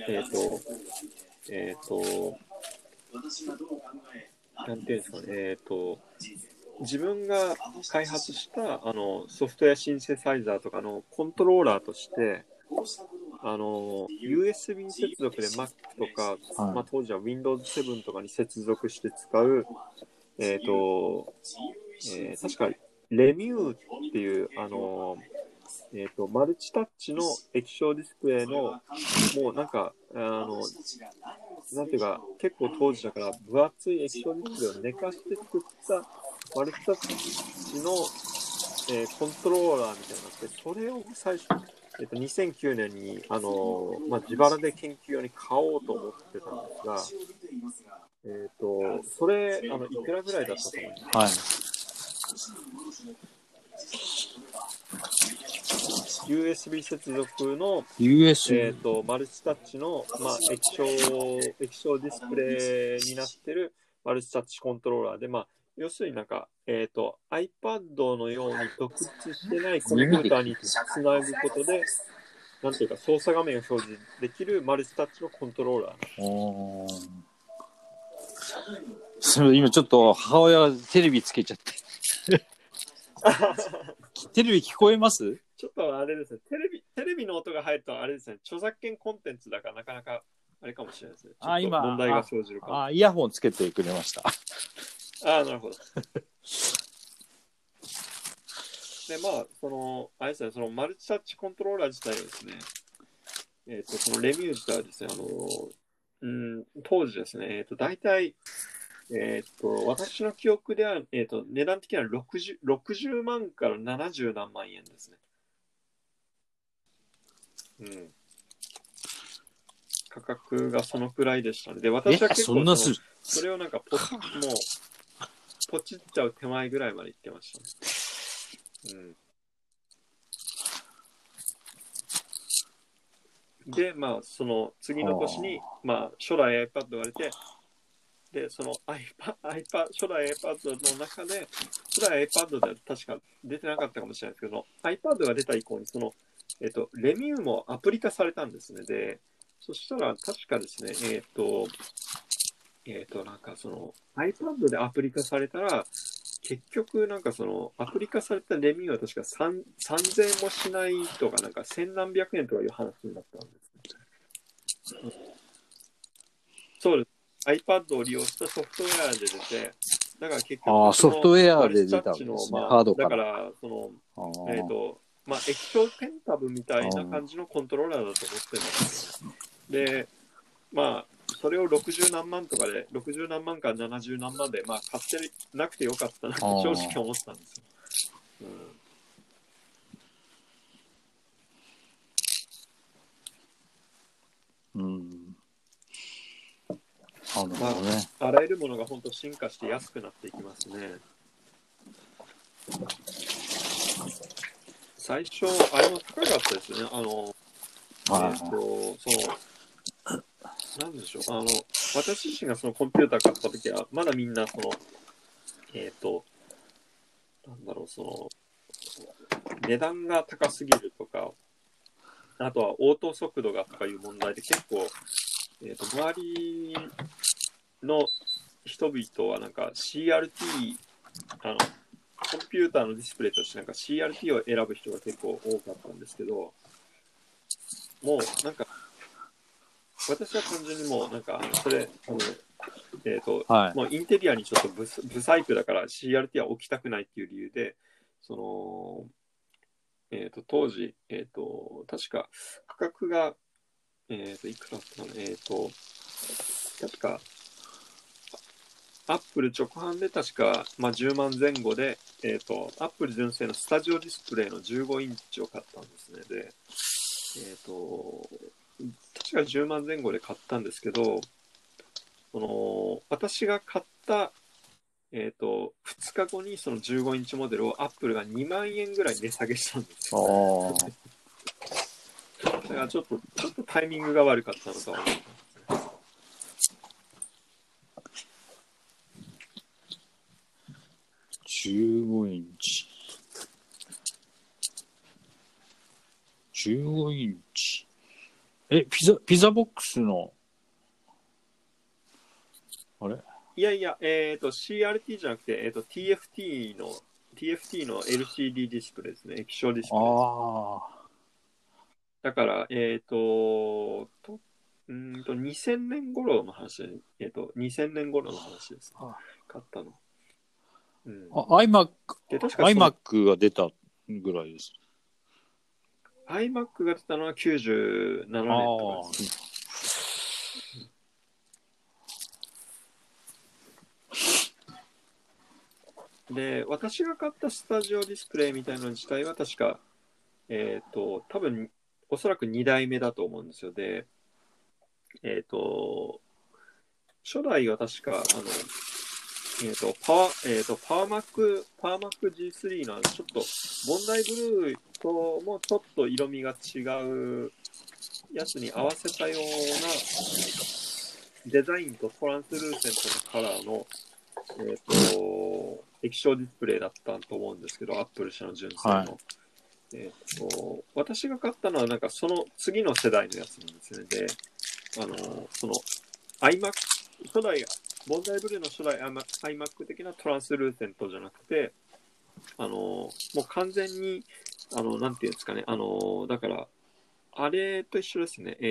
なんていうんですかね、自分が開発したソフトウェアシンセサイザーとかのコントローラーとして、USB 接続で Mac とか、当時は Windows 7とかに接続して使う、確かレミューっていうマルチタッチの液晶ディスプレイのもうなんていうか結構当時だから分厚い液晶ディスプレイを寝かして作ったマルチタッチの、コントローラーみたいなのがあって、それを最初、2009年に自腹で研究用に買おうと思ってたんですが、それいくらぐらいだったと思います？USB 接続の、マルチタッチの、液晶ディスプレイになってるマルチタッチコントローラーで、要するにiPad のように独立してないコンピューターにつなぐことで、なんていうか操作画面を表示できるマルチタッチのコントローラー。 今ちょっと母親がテレビつけちゃって。テレビ聞こえます？ ちょっとあれですね、テレビの音が入るとあれですね、著作権コンテンツだからなかなかあれかもしれないですね。ちょっと問題が生じるかも。 イヤホンつけてくれました。 なるほど。で、まあ、あれですね、そのマルチタッチコントローラー自体はですね、そのレミュー自体はですね、当時ですね、大体、私の記憶では、値段的には60万から70何万円ですね。うん。価格がそのくらいでしたね。で、私は結構それをなんかもう、ポチっちゃう手前ぐらいまで行ってましたね。うん。で、まあ、その次の年に、まあ、初代 iPad が出て、で、その 初代 iPad の中で、初代 iPad では確か出てなかったかもしれないですけど、iPad が出た以降に、レミューもアプリ化されたんですね。で、そしたら確かですね、なんかその iPad でアプリ化されたら、結局なんかそのアプリ化されたレミューは確か3000円もしないとか、なんか千何百円とかいう話になったんですね。そうです。iPad を利用したソフトウェアで出て、だから結局ソフトウェアで出たんですね、ハードから。 だから、まあ、液晶ペンタブみたいな感じのコントローラーだと思ってるんですよ。で、まあ、それを60何万とかで、60何万から70何万で、まあ、買ってなくてよかったなって正直思ったんですよ。まあ、あらゆるものが本当進化して安くなっていきますね。最初、あれも高かったですよね。なんでしょう。私自身がそのコンピューター買ったときは、まだみんななんだろう、値段が高すぎるとか、あとは応答速度がとかいう問題で結構、周りの人々はなんか CRT、コンピューターのディスプレイとしてなんか CRT を選ぶ人が結構多かったんですけど、もうなんか、私は単純にもうなんか、それ、もうインテリアにちょっとブサイクだから CRT は置きたくないっていう理由で、当時、確か価格が、いくらだったのね、確か、アップル直販で確か、まあ、10万前後で、アップル純正のスタジオディスプレイの15インチを買ったんですね。で、確か10万前後で買ったんですけど、私が買った、2日後にその15インチモデルをアップルが2万円ぐらい値下げしたんですよ。だからちょっとタイミングが悪かったのかは思います。 15インチ。15インチ。ピザボックスの、あれ？ いやいや、CRT じゃなくて、TFT の LCD ディスプレイですね。液晶ディスプレイです。だから、2000年頃の話で、2000年頃の話です、ね。買ったの。 iMac が出たぐらいです。 iMac が出たのは97年とかです。で、私が買ったスタジオディスプレイみたいなの自体は確か、多分、おそらく2代目だと思うんですよ。で、初代は確か、パワーマック G3 のちょっと、ボンダイブルーともちょっと色味が違うやつに合わせたようなデザインとトランスルーセントのカラーの、液晶ディスプレイだったと思うんですけど、アップル社の純正の。私が買ったのはなんかその次の世代のやつなんですね。で、その iMac、初代ボンダイブルーの初代 iMac 的なトランスルーセントじゃなくて、もう完全に、なんていうんですかね、だから、あれと一緒ですね。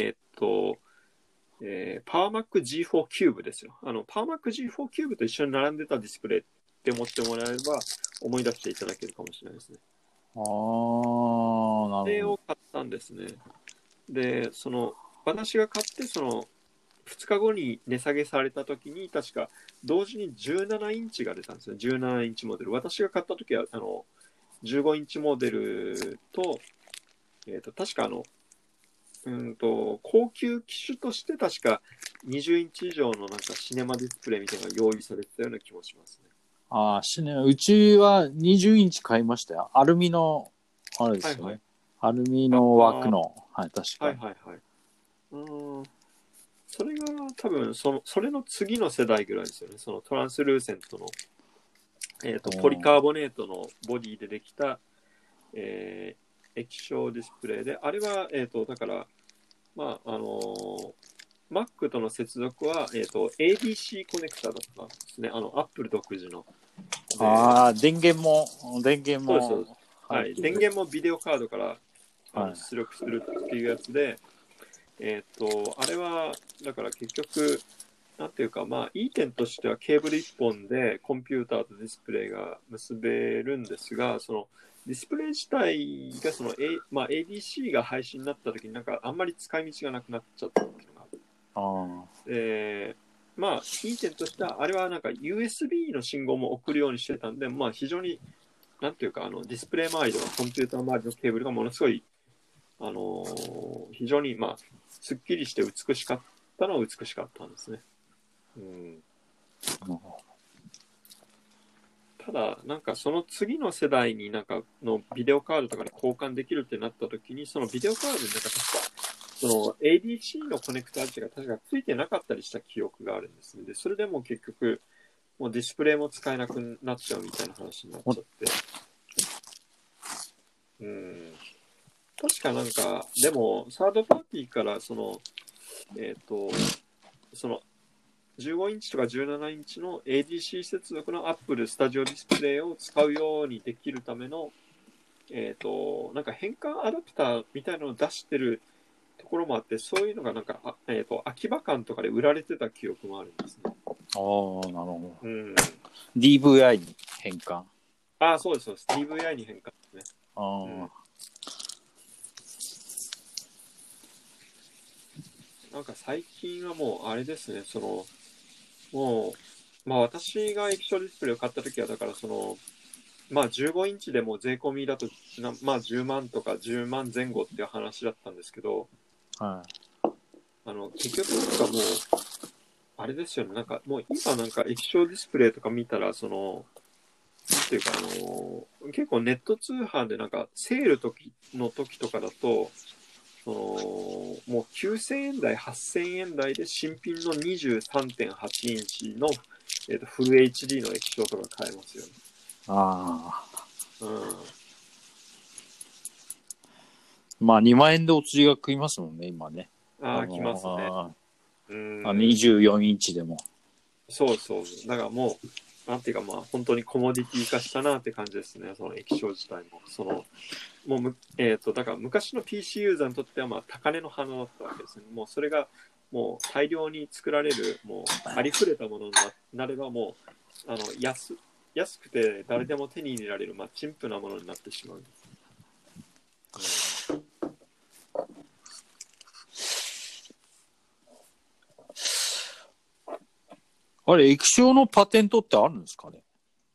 パワーマック G4 キューブですよ。パワーマック G4 キューブと一緒に並んでたディスプレイって思ってもらえれば思い出していただけるかもしれないですね。 ああ、なるほそれど。 を買ったんですね。で、私が買って、2日後に値下げされた時に、確か同時に17インチが出たんですよ。17インチモデル。私が買った時は、15インチモデルと、確か高級機種として確か20インチ以上のなんかシネマディスプレイみたいなのが用意されてたような気もしますね。 ああ、うちは20インチ買いましたよ。アルミの、あれですよね。 はいはい、 アルミの枠の、はい、確かに。 はいはいはい。それが多分それの次の世代ぐらいですよね。そのトランスルーセントの、ポリカーボネートのボディでできた、液晶ディスプレイで、あれは、だから、まあ、Mac との接続は、ADC コネクタだったんですね。Apple 独自の。 ああ、電源も、 そうですそうです。はい。電源。 源もビデオカードからはい、 出力するっていうやつで、あれは、だから結局、なんていうか、まあ、いい点としてはケーブル1本でコンピューターとディスプレイが結べるんですが、ディスプレイ自体がまあ、ADC が廃止になった時になんかあんまり使い道がなくなっちゃったっていうのがあって、まあ、いい点としては、あれはなんか USB の信号も送るようにしてたんで、まあ、非常に、なんていうか、ディスプレイ周りとかコンピューター周りのケーブルがものすごい、非常に、まあ、すっきりして美しかったのは美しかったんですね。ただ、なんかその次の世代になんかのビデオカードとかに交換できるってなった時に、そのビデオカードになんか確か、ADC のコネクターが確かついてなかったりした記憶があるんですね。で、それでも結局、もうディスプレイも使えなくなっちゃうみたいな話になっちゃって。確かなんか、でも、サードパーティーから15インチとか17インチの ADC 接続の Apple スタジオディスプレイを使うようにできるための、なんか変換アダプターみたいなのを出してるところもあって、そういうのがなんか、秋葉館とかで売られてた記憶もあるんですね。 ああ、なるほど。DVI に変換。 ああ、そうです、そうです。DVI に変換ですね。なんか最近はもうあれですね、もう、まあ私が液晶ディスプレイを買った時は、だからまあ15インチでも税込みだと、まあ10万とか10万前後っていう話だったんですけど、結局なんかもう、あれですよね、なんかもう今なんか液晶ディスプレイとか見たら、なんていうか結構ネット通販でなんかセールの時とかだと、もう9000円台、8000円台で新品の 23.8 インチの、フル HD の液晶とか買えますよね。 まあ2万円でお釣りが食いますもんね、今ね。 来ますね。 24インチでも。 そうそう。だからもう、なんていうかまあ本当にコモディティ化したなって感じですね、その液晶自体も。もうだから昔の PC ユーザーにとってはまあ高値の花だったわけですね。もうそれがもう大量に作られる、もうありふれたものになればもう、安くて誰でも手に入れられる、まあ、陳腐なものになってしまうんです。 あれ、液晶のパテントってあるんですかね？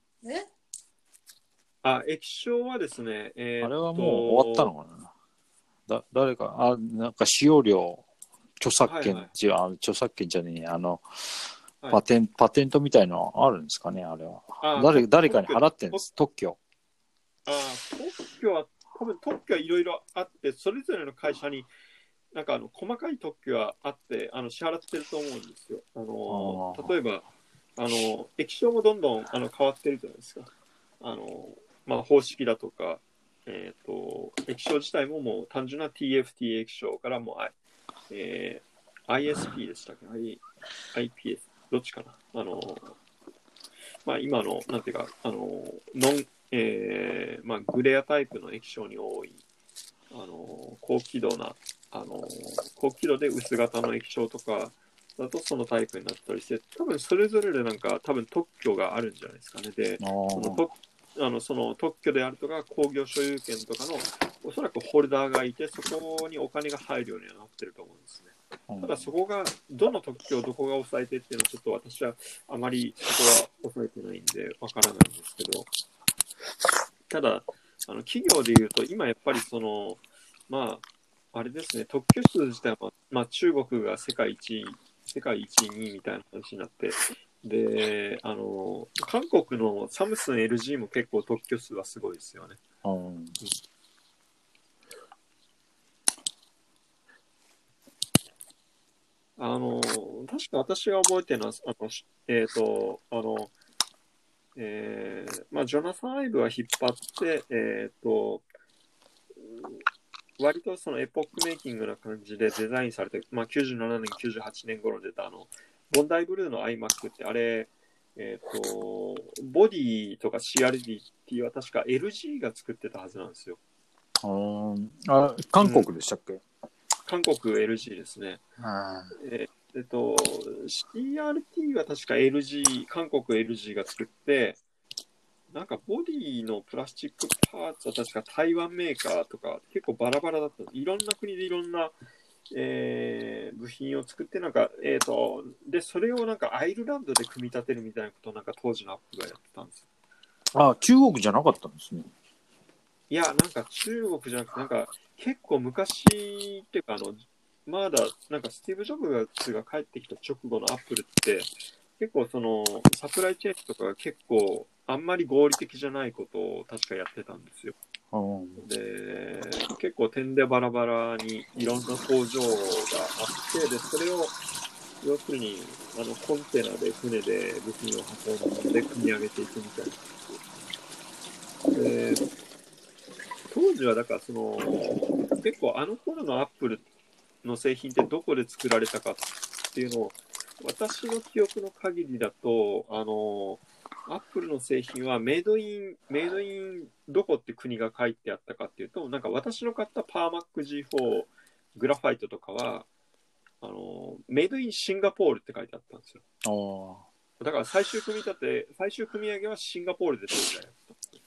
液晶はですね、 あれはもう終わったのかな？誰か、なんか使用料、著作権、著作権じゃねえ、パテントみたいのあるんですかね、あれは。誰かに払ってんです、特許。 特許は、多分特許はいろいろあって、それぞれの会社に、なんか細かい特許はあって、支払ってると思うんですよ。例えば、液晶もどんどん変わってるじゃないですか。まあ、方式だとか、液晶自体ももう単純な TFT 液晶からもISP でしたっけ？IPS。 どっちかな。まあ、今の、なんていうか、ノン、まあ、グレアタイプの液晶に多い、高輝度な、高輝度で薄型の液晶とかだとそのタイプになったりして、多分それぞれでなんか、多分特許があるんじゃないですかね。で、その特許であるとか、工業所有権とかの、おそらくホルダーがいて、そこにお金が入るようにはなってると思うんですね。ただそこが、どの特許をどこが抑えてっていうのは、ちょっと私はあまりそこは抑えてないんで、わからないんですけど、ただ、企業でいうと、今やっぱりまあ、あれですね、特許数自体は、まあ、中国が世界1位、2位みたいな話になって、で、韓国のサムスン LG も結構特許数はすごいですよね。確か私が覚えてるのは、まあ、ジョナサン・アイブは引っ張って、割とそのエポックメイキングな感じでデザインされて、まあ、97年、98年頃出たボンダイブルーの iMac ってあれ、ボディとか CRDT は確か LG が作ってたはずなんですよ。 韓国でしたっけ？ 韓国 LG ですね。CRT は確か LG、韓国 LG が作って、なんかボディのプラスチックパーツは確か台湾メーカーとか結構バラバラだった。いろんな国でいろんな、部品を作って、なんか、で、それをなんかアイルランドで組み立てるみたいなことをなんか当時のアップがやってたんですよ。 中国じゃなかったんですね。 いや、なんか中国じゃなくて、なんか結構昔っていうか、まだなんかスティーブ・ジョブズが帰ってきた直後のアップルって、結構サプライチェーンとかが結構あんまり合理的じゃないことを確かやってたんですよ。で、結構点でバラバラにいろんな工場があって、で、それを要するにコンテナで船で部品を運んで組み上げていくみたいな。で、当時はだから結構あの頃のアップルの製品ってどこで作られたかっていうのを、私の記憶の限りだと、アップルの製品はメイドインどこって国が書いてあったかっていうと、なんか私の買ったパーマック G4 グラファイトとかは、メイドインシンガポールって書いてあったんですよ。だから最終組み上げはシンガポールで作ったや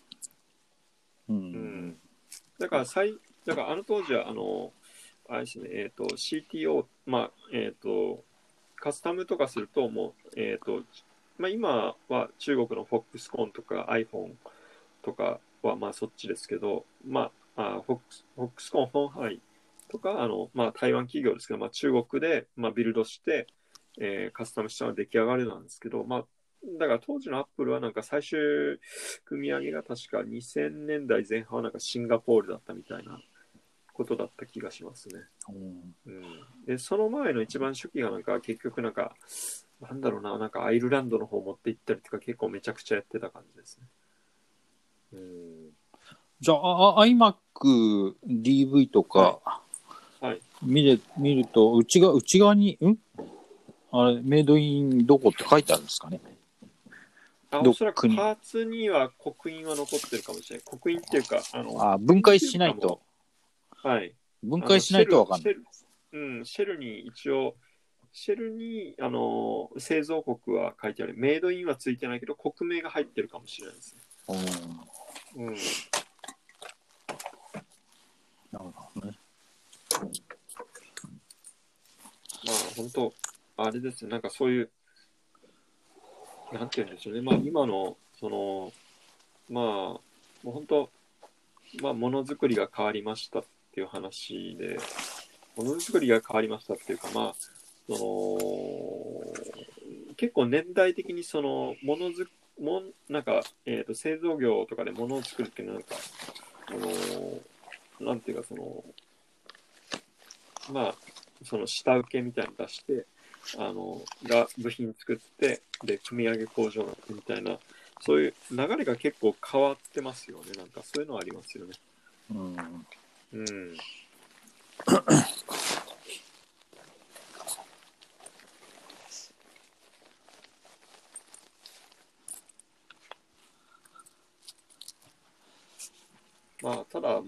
つ。だからあの当時は、あれですね、CTO、まあ、カスタムとかすると、もう、まあ、今は中国の Foxconn とか iPhone とかは、まあ、そっちですけど、まあ、Foxconn 本杯とか、まあ、台湾企業ですけど、まあ、中国で、まあ、ビルドして、カスタムしたのが出来上がりなんですけど、まあ、だから当時のアップルはなんか最終組み上げが確か2000年代前半はなんかシンガポールだったみたいなことだった気がしますね。で、その前の一番初期がなんか結局なんか、なんだろうな、なんかアイルランドの方持って行ったりとか結構めちゃくちゃやってた感じですね。 じゃあ、iMac DV とか、 はい。 見ると、内側に、あれ、メイドインどこって書いてあるんですかね。 おそらくパーツには刻印は残ってるかもしれない。刻印っていうか、 分解しないと。 はい。 分解しないとわかんない。 シェルに一応、製造国は書いてある。メイドインはついてないけど、国名が入ってるかもしれないですね。 なるほどね。 まあ、本当あれですね、なんかそういう、なんて言うんでしょうね。まあ、今の、まあ、もう本当、まあ、ものづくりが変わりましたっていう話で、ものづくりが変わりましたっていうか、まあ、結構年代的になんか、製造業とかで物を作るっていうのはなんか、なんていうかまあ、下請けみたいに出して、部品作って、で、組み上げ工場みたいな、そういう流れが結構変わってますよね。なんかそういうのはありますよね。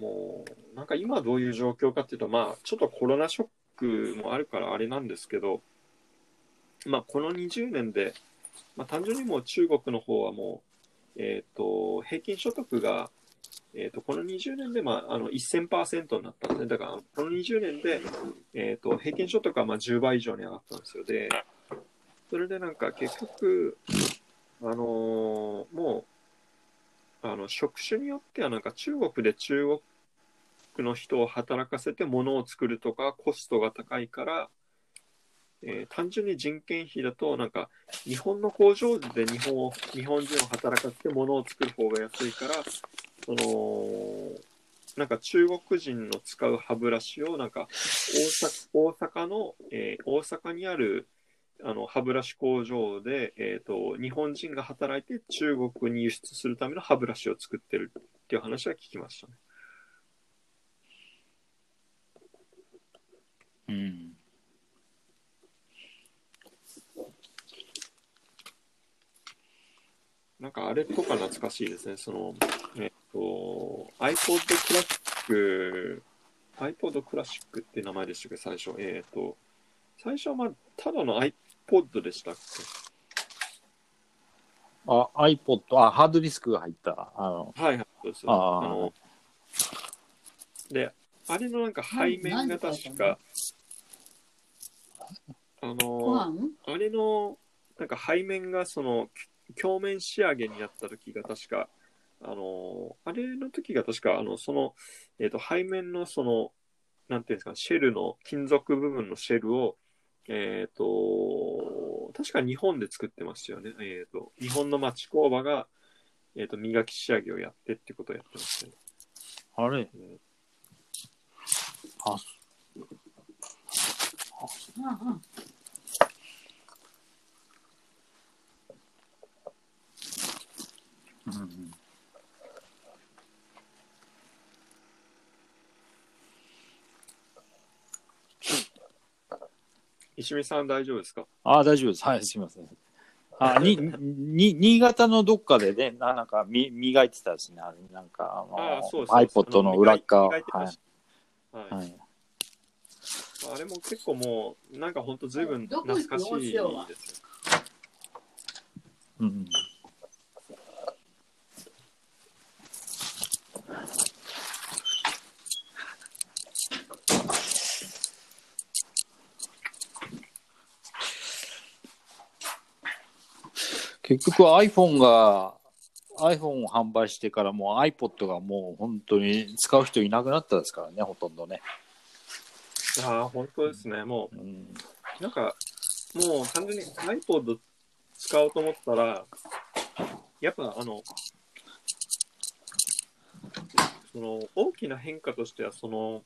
もう、なんか今どういう状況かっていうと、まあ、ちょっとコロナショックもあるからあれなんですけど、まあ、この20年で、まあ、単純にもう中国の方はもう、平均所得が、この20年で、まあ、1000% になったんですね。だから、この20年で、平均所得がまあ10倍以上に上がったんですよ。で、それでなんか結局、もう、職種によってはなんか中国で中国の人を働かせて物を作るとかコストが高いから、単純に人件費だとなんか日本の工場で日本人を働かせて物を作る方が安いから、なんか中国人の使う歯ブラシをなんか大阪にある歯ブラシ工場で、日本人が働いて中国に輸出するための歯ブラシを作ってるっていう話は聞きましたね。 うん。 なんかあれとか懐かしいですね。iPod クラシックって名前でしたっけ、最初。最初はまあ、ただの iPod でしたっけ。 iPod、ハードディスクが入った。 はいはい、そうです。で、あれのなんか背面が確か、あれのなんか背面が鏡面仕上げになった時が確か、あれの時が確か、背面のなんていうんですか、シェルの、金属部分のシェルを、確か日本で作ってますよね。日本の町工場が、磨き仕上げをやってってことをやってますね。 あれ、 石見さん大丈夫ですか？ 大丈夫です。はい、すみません。新潟のどっかでね、なんか磨いてたですね。あれなんかそう iPod の裏側。 はい。あれも結構もうなんか本当ずいぶん懐かしいですよ。 うん。結局 iPhone を販売してからもう iPod がもう本当に使う人いなくなったですからね、ほとんどね。 本当ですね。もう、なんかもう単純に iPod 使おうと思ったら、やっぱ大きな変化としてはも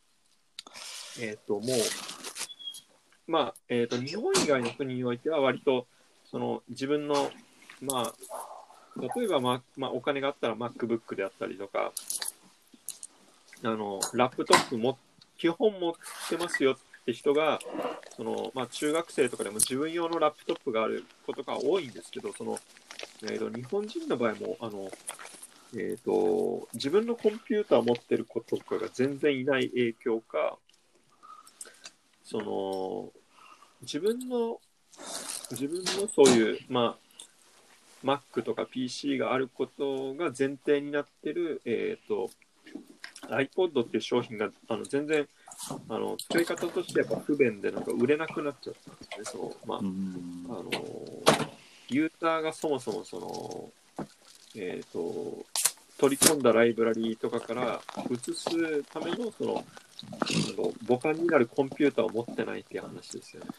うまあ日本以外の国においては割と自分のまあ例えばお金があったら MacBook であったりとかラップトップも基本持ってますよって人が中学生とかでも自分用のラップトップがあることが多いんですけど、日本人の場合も自分のコンピューターを持ってる子とかが全然いない影響か、自分のそういうMac とか PC があることが前提になってるiPod っていう商品が全然使い方としてやっぱ不便でなんか売れなくなっちゃったんですね。ユーザーがそもそも取り込んだライブラリとかから移すための母艦になるコンピューターを持ってないっていう話ですよね。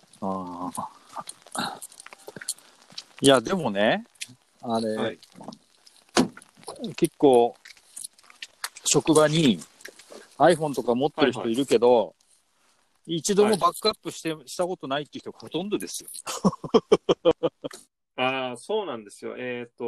いやでもね、あれ、 はい、 結構職場に iPhone とか持ってる人いるけど、一度もバックアップしたことないっていう人がほとんどですよ。 そうなんですよ。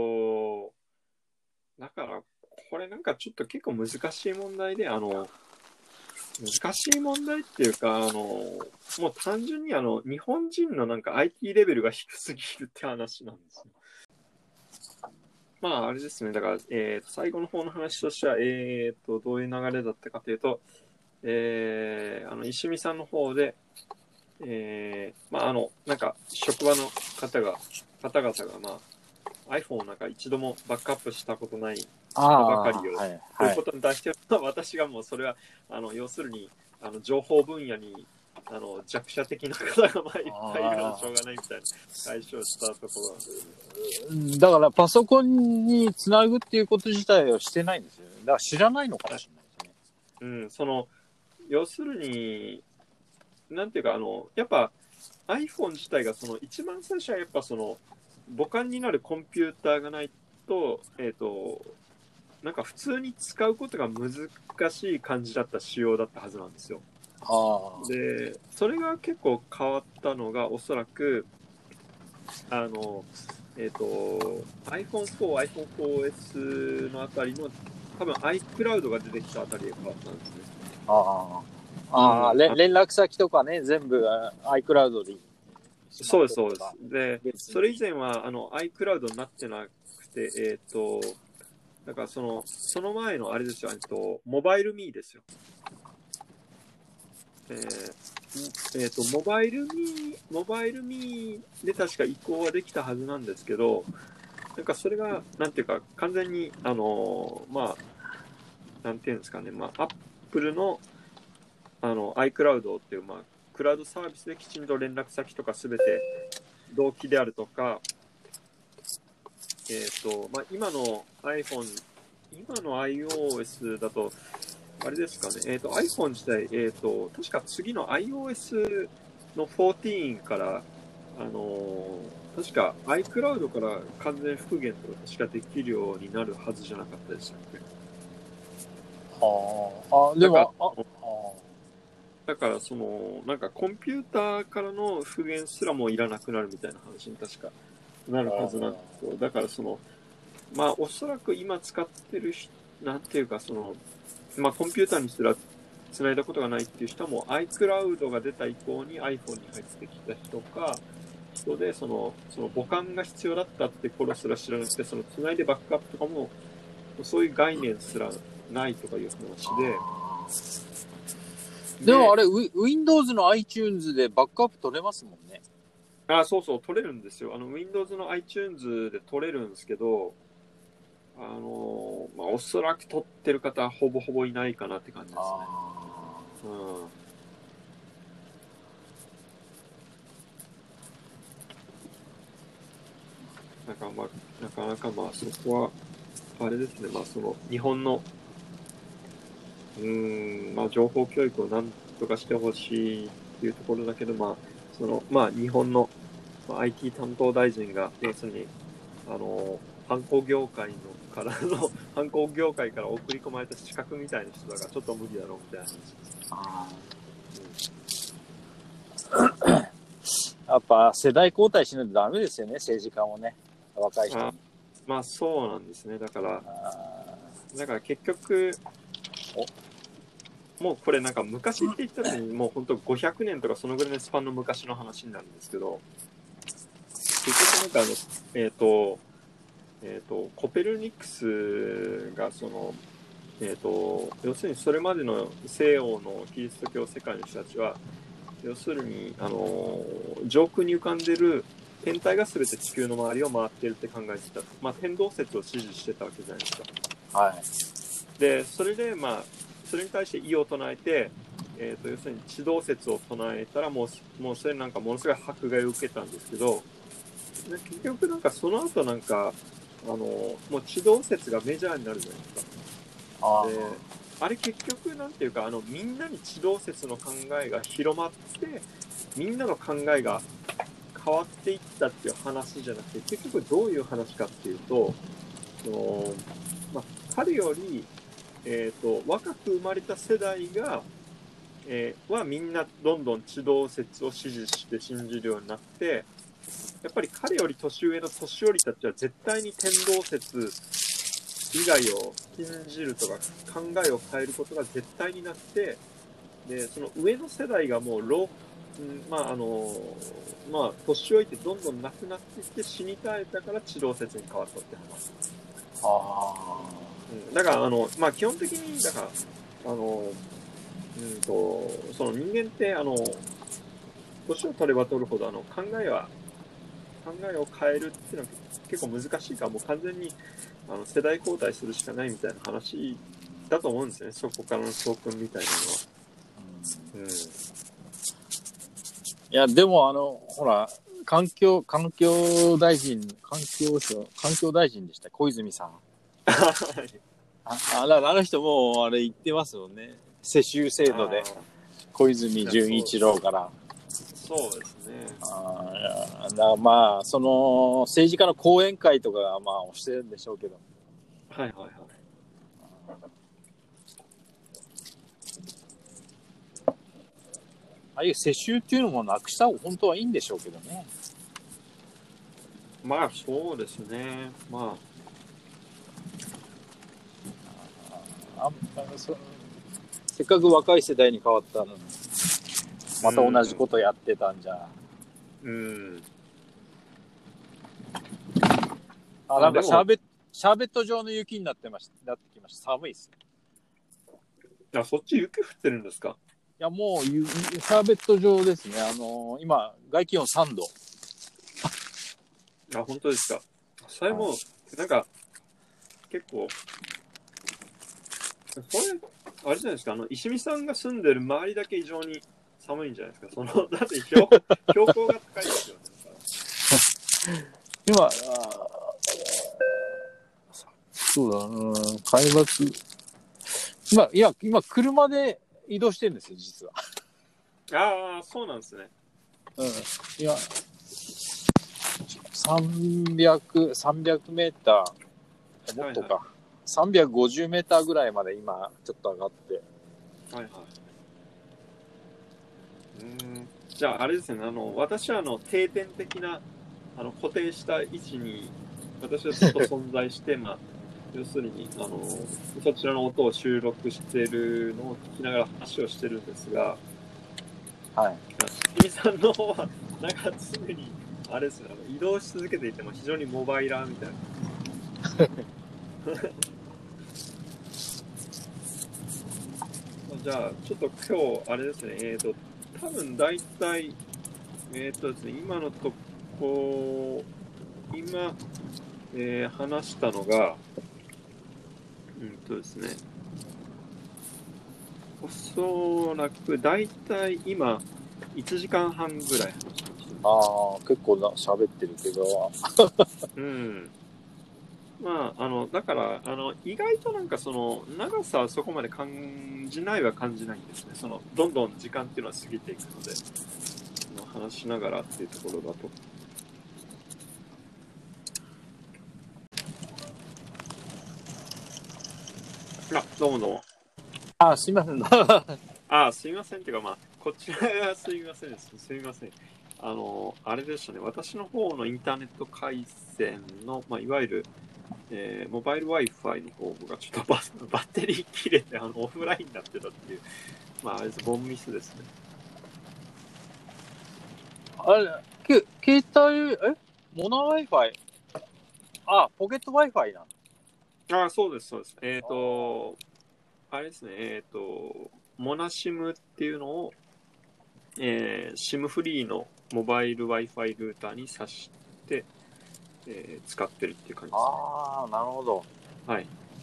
だからこれなんかちょっと結構難しい問題で、難しい問題っていうか、もう単純に日本人のなんか IT レベルが低すぎるって話なんですよ。 まあ、あれですね。だから、最後の方の話としては、どういう流れだったかというと、石見さんの方で、まあ、なんか、職場の方々が、まあ、iPhone をなんか一度もバックアップしたことない人ばかりを、 はいというはい。 ことに対しては、私がもうそれは、要するに、情報分野に、弱者的な方がまあいっぱいいるのでしょうがないみたいな解消したところなんです。 だからパソコンにつなぐっていうこと自体をしてないんですよね。だから知らないのかもしれないですね。 うん、要するに、なんていうか、やっぱ iPhone 自体が一番最初はやっぱ母艦になるコンピューターがないと、なんか普通に使うことが難しい感じだった仕様だったはずなんですよ。で、それが結構変わったのが、おそらく、iPhone4、iPhone4S のあたりの、多分 iCloud が出てきたあたりで変わったんですね。 連絡先とかね、全部iCloud でいい。 そうです、そうです。で、それ以前はiCloud になってなくて、だからその前のあれですよ、モバイルミーですよ。モバイルミーで確か移行はできたはずなんですけど、なんかそれが、なんていうか、完全に、まあ、なんていうんですかね、まあ、Apple の、iCloud っていう、まあ、クラウドサービスできちんと連絡先とかすべて同期であるとか、まあ、今の iOS だと、あれですかね、iPhone 自体、確か次の iOS の14から、確か iCloud から完全復元とか確かできるようになるはずじゃなかったでしたっけ？ でも、 だからなんかコンピューターからの復元すらもいらなくなるみたいな話に確かなるはずなんですよ。だからまあおそらく今使ってるなんていうかまあコンピューターにすら繋いだことがないっていう人はもう iCloud が出た以降に iPhone に入ってきた人で、母艦が必要だったって頃すら知らなくて、繋いでバックアップとかも、そういう概念すらないとかいう話で。 でもあれ、Windows の iTunes でバックアップ取れますもんね。 そうそう、取れるんですよ。Windows の iTunes で取れるんですけど、まあ、おそらく取ってる方はほぼほぼいないかなって感じですね。なかなかまあそこはあれですね、まあ日本のまあ情報教育をなんとかしてほしいっていうところだけど、まあまあ日本の IT 担当大臣が要するに犯行業界から送り込まれた資格みたいな人だからちょっと無理だろうみたいな話です。 やっぱ世代交代しないとダメですよね、政治家もね、若い人に。 まあそうなんですね。だから結局もうこれなんか昔って言ったのにもう本当500年とかそのぐらいのスパンの昔の話になるんですけど、結局なんかコペルニクスが要するにそれまでの西洋のキリスト教世界の人たちは要するに上空に浮かんでる天体が全て地球の周りを回っているって考えてた、まあ、天動説を支持してたわけじゃないですか。 はい。 でそれでまあそれに対して異を唱えて、要するに地動説を唱えたらもうそれなんかものすごい迫害を受けたんですけど、結局なんかその後なんかもう地動説がメジャーになるじゃないですか。であれ結局なんていうかみんなに地動説の考えが広まってみんなの考えが変わっていったっていう話じゃなくて、結局どういう話かっていうと、まあ、彼より、若く生まれた世代が、はみんなどんどん地動説を支持して信じるようになって、やっぱり彼より年上の年寄りたちは絶対に天動説以外を信じるとか考えを変えることが絶対になって、でその上の世代がもう年老いてどんどんなくなっていって死に絶えたから地動説に変わったって話。 あだからまあ基本的にだからその人間って年を取れば取るほど考えを変えるっていうのは結構難しいから、もう完全に世代交代するしかないみたいな話だと思うんですよね。そこからの教訓みたいなのは。 いや、でもほら、環境大臣でした小泉さん。あの人もあれ言ってますよね。世襲制度で小泉純一郎から。 そうですね。 まあその政治家の講演会とかがまあ押してるんでしょうけど。 はいはいはい。 ああいう世襲っていうのもなくした方が本当はいいんでしょうけどね。 まあそうですね。まあせっかく若い世代に変わったのにまた同じことやってたんじゃ。なんかシャーベット状の雪になってきました。寒いです。 そっち雪降ってるんですか？ いや、もうシャーベット状ですね。今外気温3度。 本当ですか。それもなんか結構それあれじゃないですか。石見さんが住んでる周りだけ異常に寒いんじゃないですか。だって標高が高いですよね。 今そうだ海抜今車で移動してるんですよ実は。 そうなんですね。 いや300メーターもっとか、はいはい、350メーターぐらいまで今ちょっと上がって。 はいはい。じゃああれですね。私は定点的な固定した位置に私はちょっと存在してまあ要するにそちらの音を収録しているのを聞きながら話をしてるんですが、 はい。 君さんの方はなんか常にあれですね、移動し続けていても非常にモバイラーみたいな。じゃあちょっと今日あれですね、多分大体ですね、今のとこ今、話したのがですね、おそらく大体今1時間半ぐらい話しました。 結構喋ってるけど。 まあだから意外となんかその長さはそこまで感じないは感じないんですね。どんどん時間っていうのは過ぎていくので、話しながらっていうところだと。どうもどうも。 すいません。 すいませんっていうか、まあ、こちらがすいませんです。すいません。あれでしたね。私の方のインターネット回線の、まあ、いわゆる、モバイル Wi-Fi の方がちょっとバッテリー切れてオフラインになってたっていう、まあ、あれです。ボンミスですね。 あれ、携帯、モナ Wi-Fi？ ポケット Wi-Fi なの？ そうです、そうです。あれですね、モナシムっていうのを、SIM フリーのモバイル Wi-Fi ルーターに挿して、使ってるっていう感じですね。 なるほど。 はい。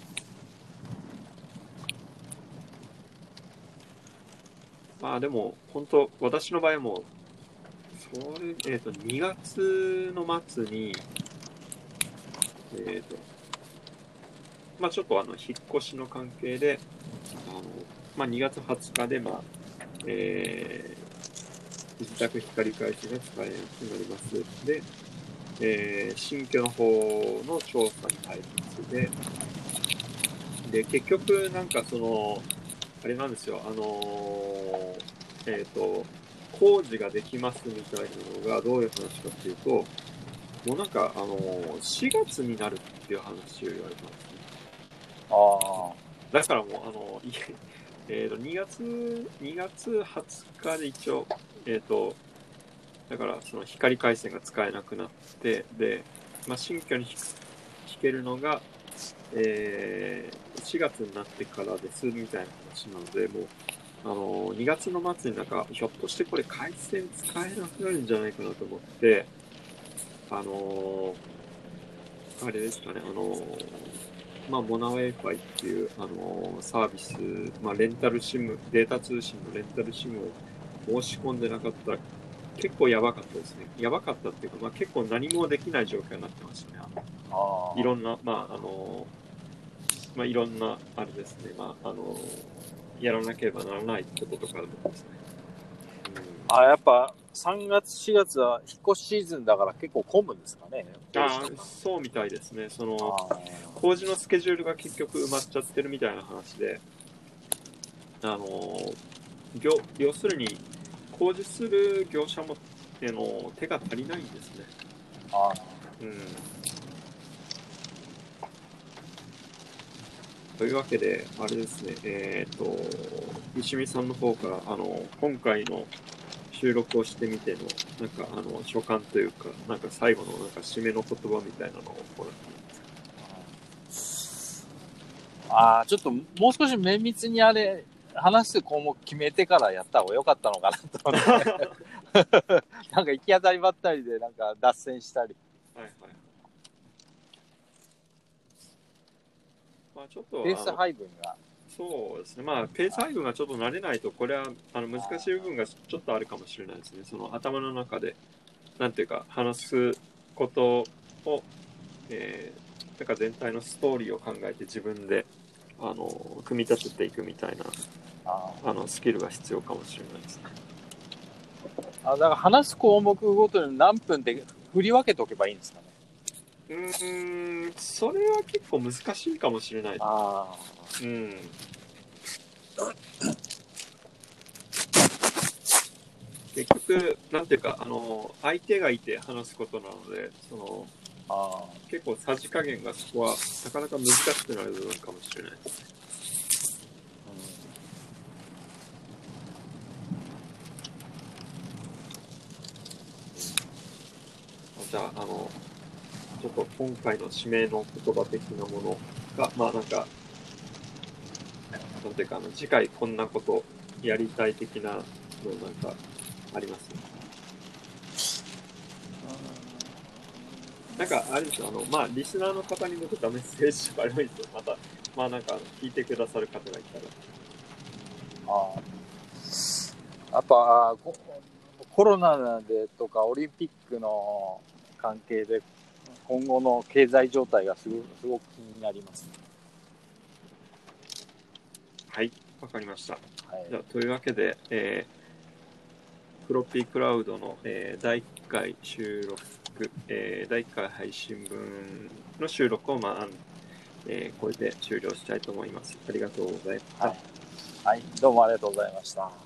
まあでも、本当私の場合も、2月の末に、まあちょっと引っ越しの関係で、まあ2月20日で、まあ、自宅光回線が使えなくなります。で、新居の方の調査に入ります。で、結局、なんかあれなんですよ、工事ができますみたいなのがどういう話かっていうと、もうなんか、4月になるっていう話を言われたんですね。だからもう、2月20日で一応、だからその光回線が使えなくなって、で、まあ、新居に引けるのが、 4月になってからですみたいな話なので、もう2月の末になんかひょっとしてこれ回線使えなくなるんじゃないかなと思って、あれですかね、まあ、モナウェイファイっていう、サービス、まあ、レンタルシム、データ通信のレンタルシムを申し込んでなかったら、結構やばかったですね。やばかったっていうか、まあ、結構何もできない状況になってましたね。いろんな、まあ、いろんな、あれですね、まあ、やらなければならないこととかもですね。 やっぱ3月、4月は引っ越しシーズンだから結構混むんですかね。 そうみたいですね。工事のスケジュールが結局埋まっちゃってるみたいな話で、要するに工事する業者も手が足りないんですね。というわけで、あれですね、石見さんの方から、今回の収録をしてみての、なんか、所感というか、なんか最後のなんか締めの言葉みたいなのをもらっていいですか。ちょっともう少し綿密に話す項目決めてからやった方が良かったのかなと思って。なんか行き当たりばったりで、なんか脱線したり。 はいはい。まあちょっと、 ペース配分が。 そうですね。まあ、ペース配分がちょっと慣れないと、これは難しい部分がちょっとあるかもしれないですね。その頭の中で、なんていうか、話すことを、なんか全体のストーリーを考えて自分で、組み立てていくみたいな、スキルが必要かもしれないですね。 だから話す項目ごとに何分で振り分けておけばいいんですかね。 それは結構難しいかもしれないです。結局、なんていうか、相手がいて話すことなので、結構さじ加減がそこはなかなか難しくなる部分かもしれないですね。じゃあ、ちょっと今回の指名の言葉的なものが、まあなんか、なんていうか、次回こんなことやりたい的なのなんかあります？なんか、あれですよ、まあ、リスナーの方に向けたメッセージとかあればいいですよ。また、まあなんか、聞いてくださる方がいたら。 やっぱコロナでとかオリンピックの関係で今後の経済状態がすごく気になります。 はい、わかりました。 はい、 じゃあというわけで、フロッピークラウドの、第1回収録、第1回配信分の収録を、まあこれで終了したいと思います。ありがとうございました。 はい、どうもありがとうございました。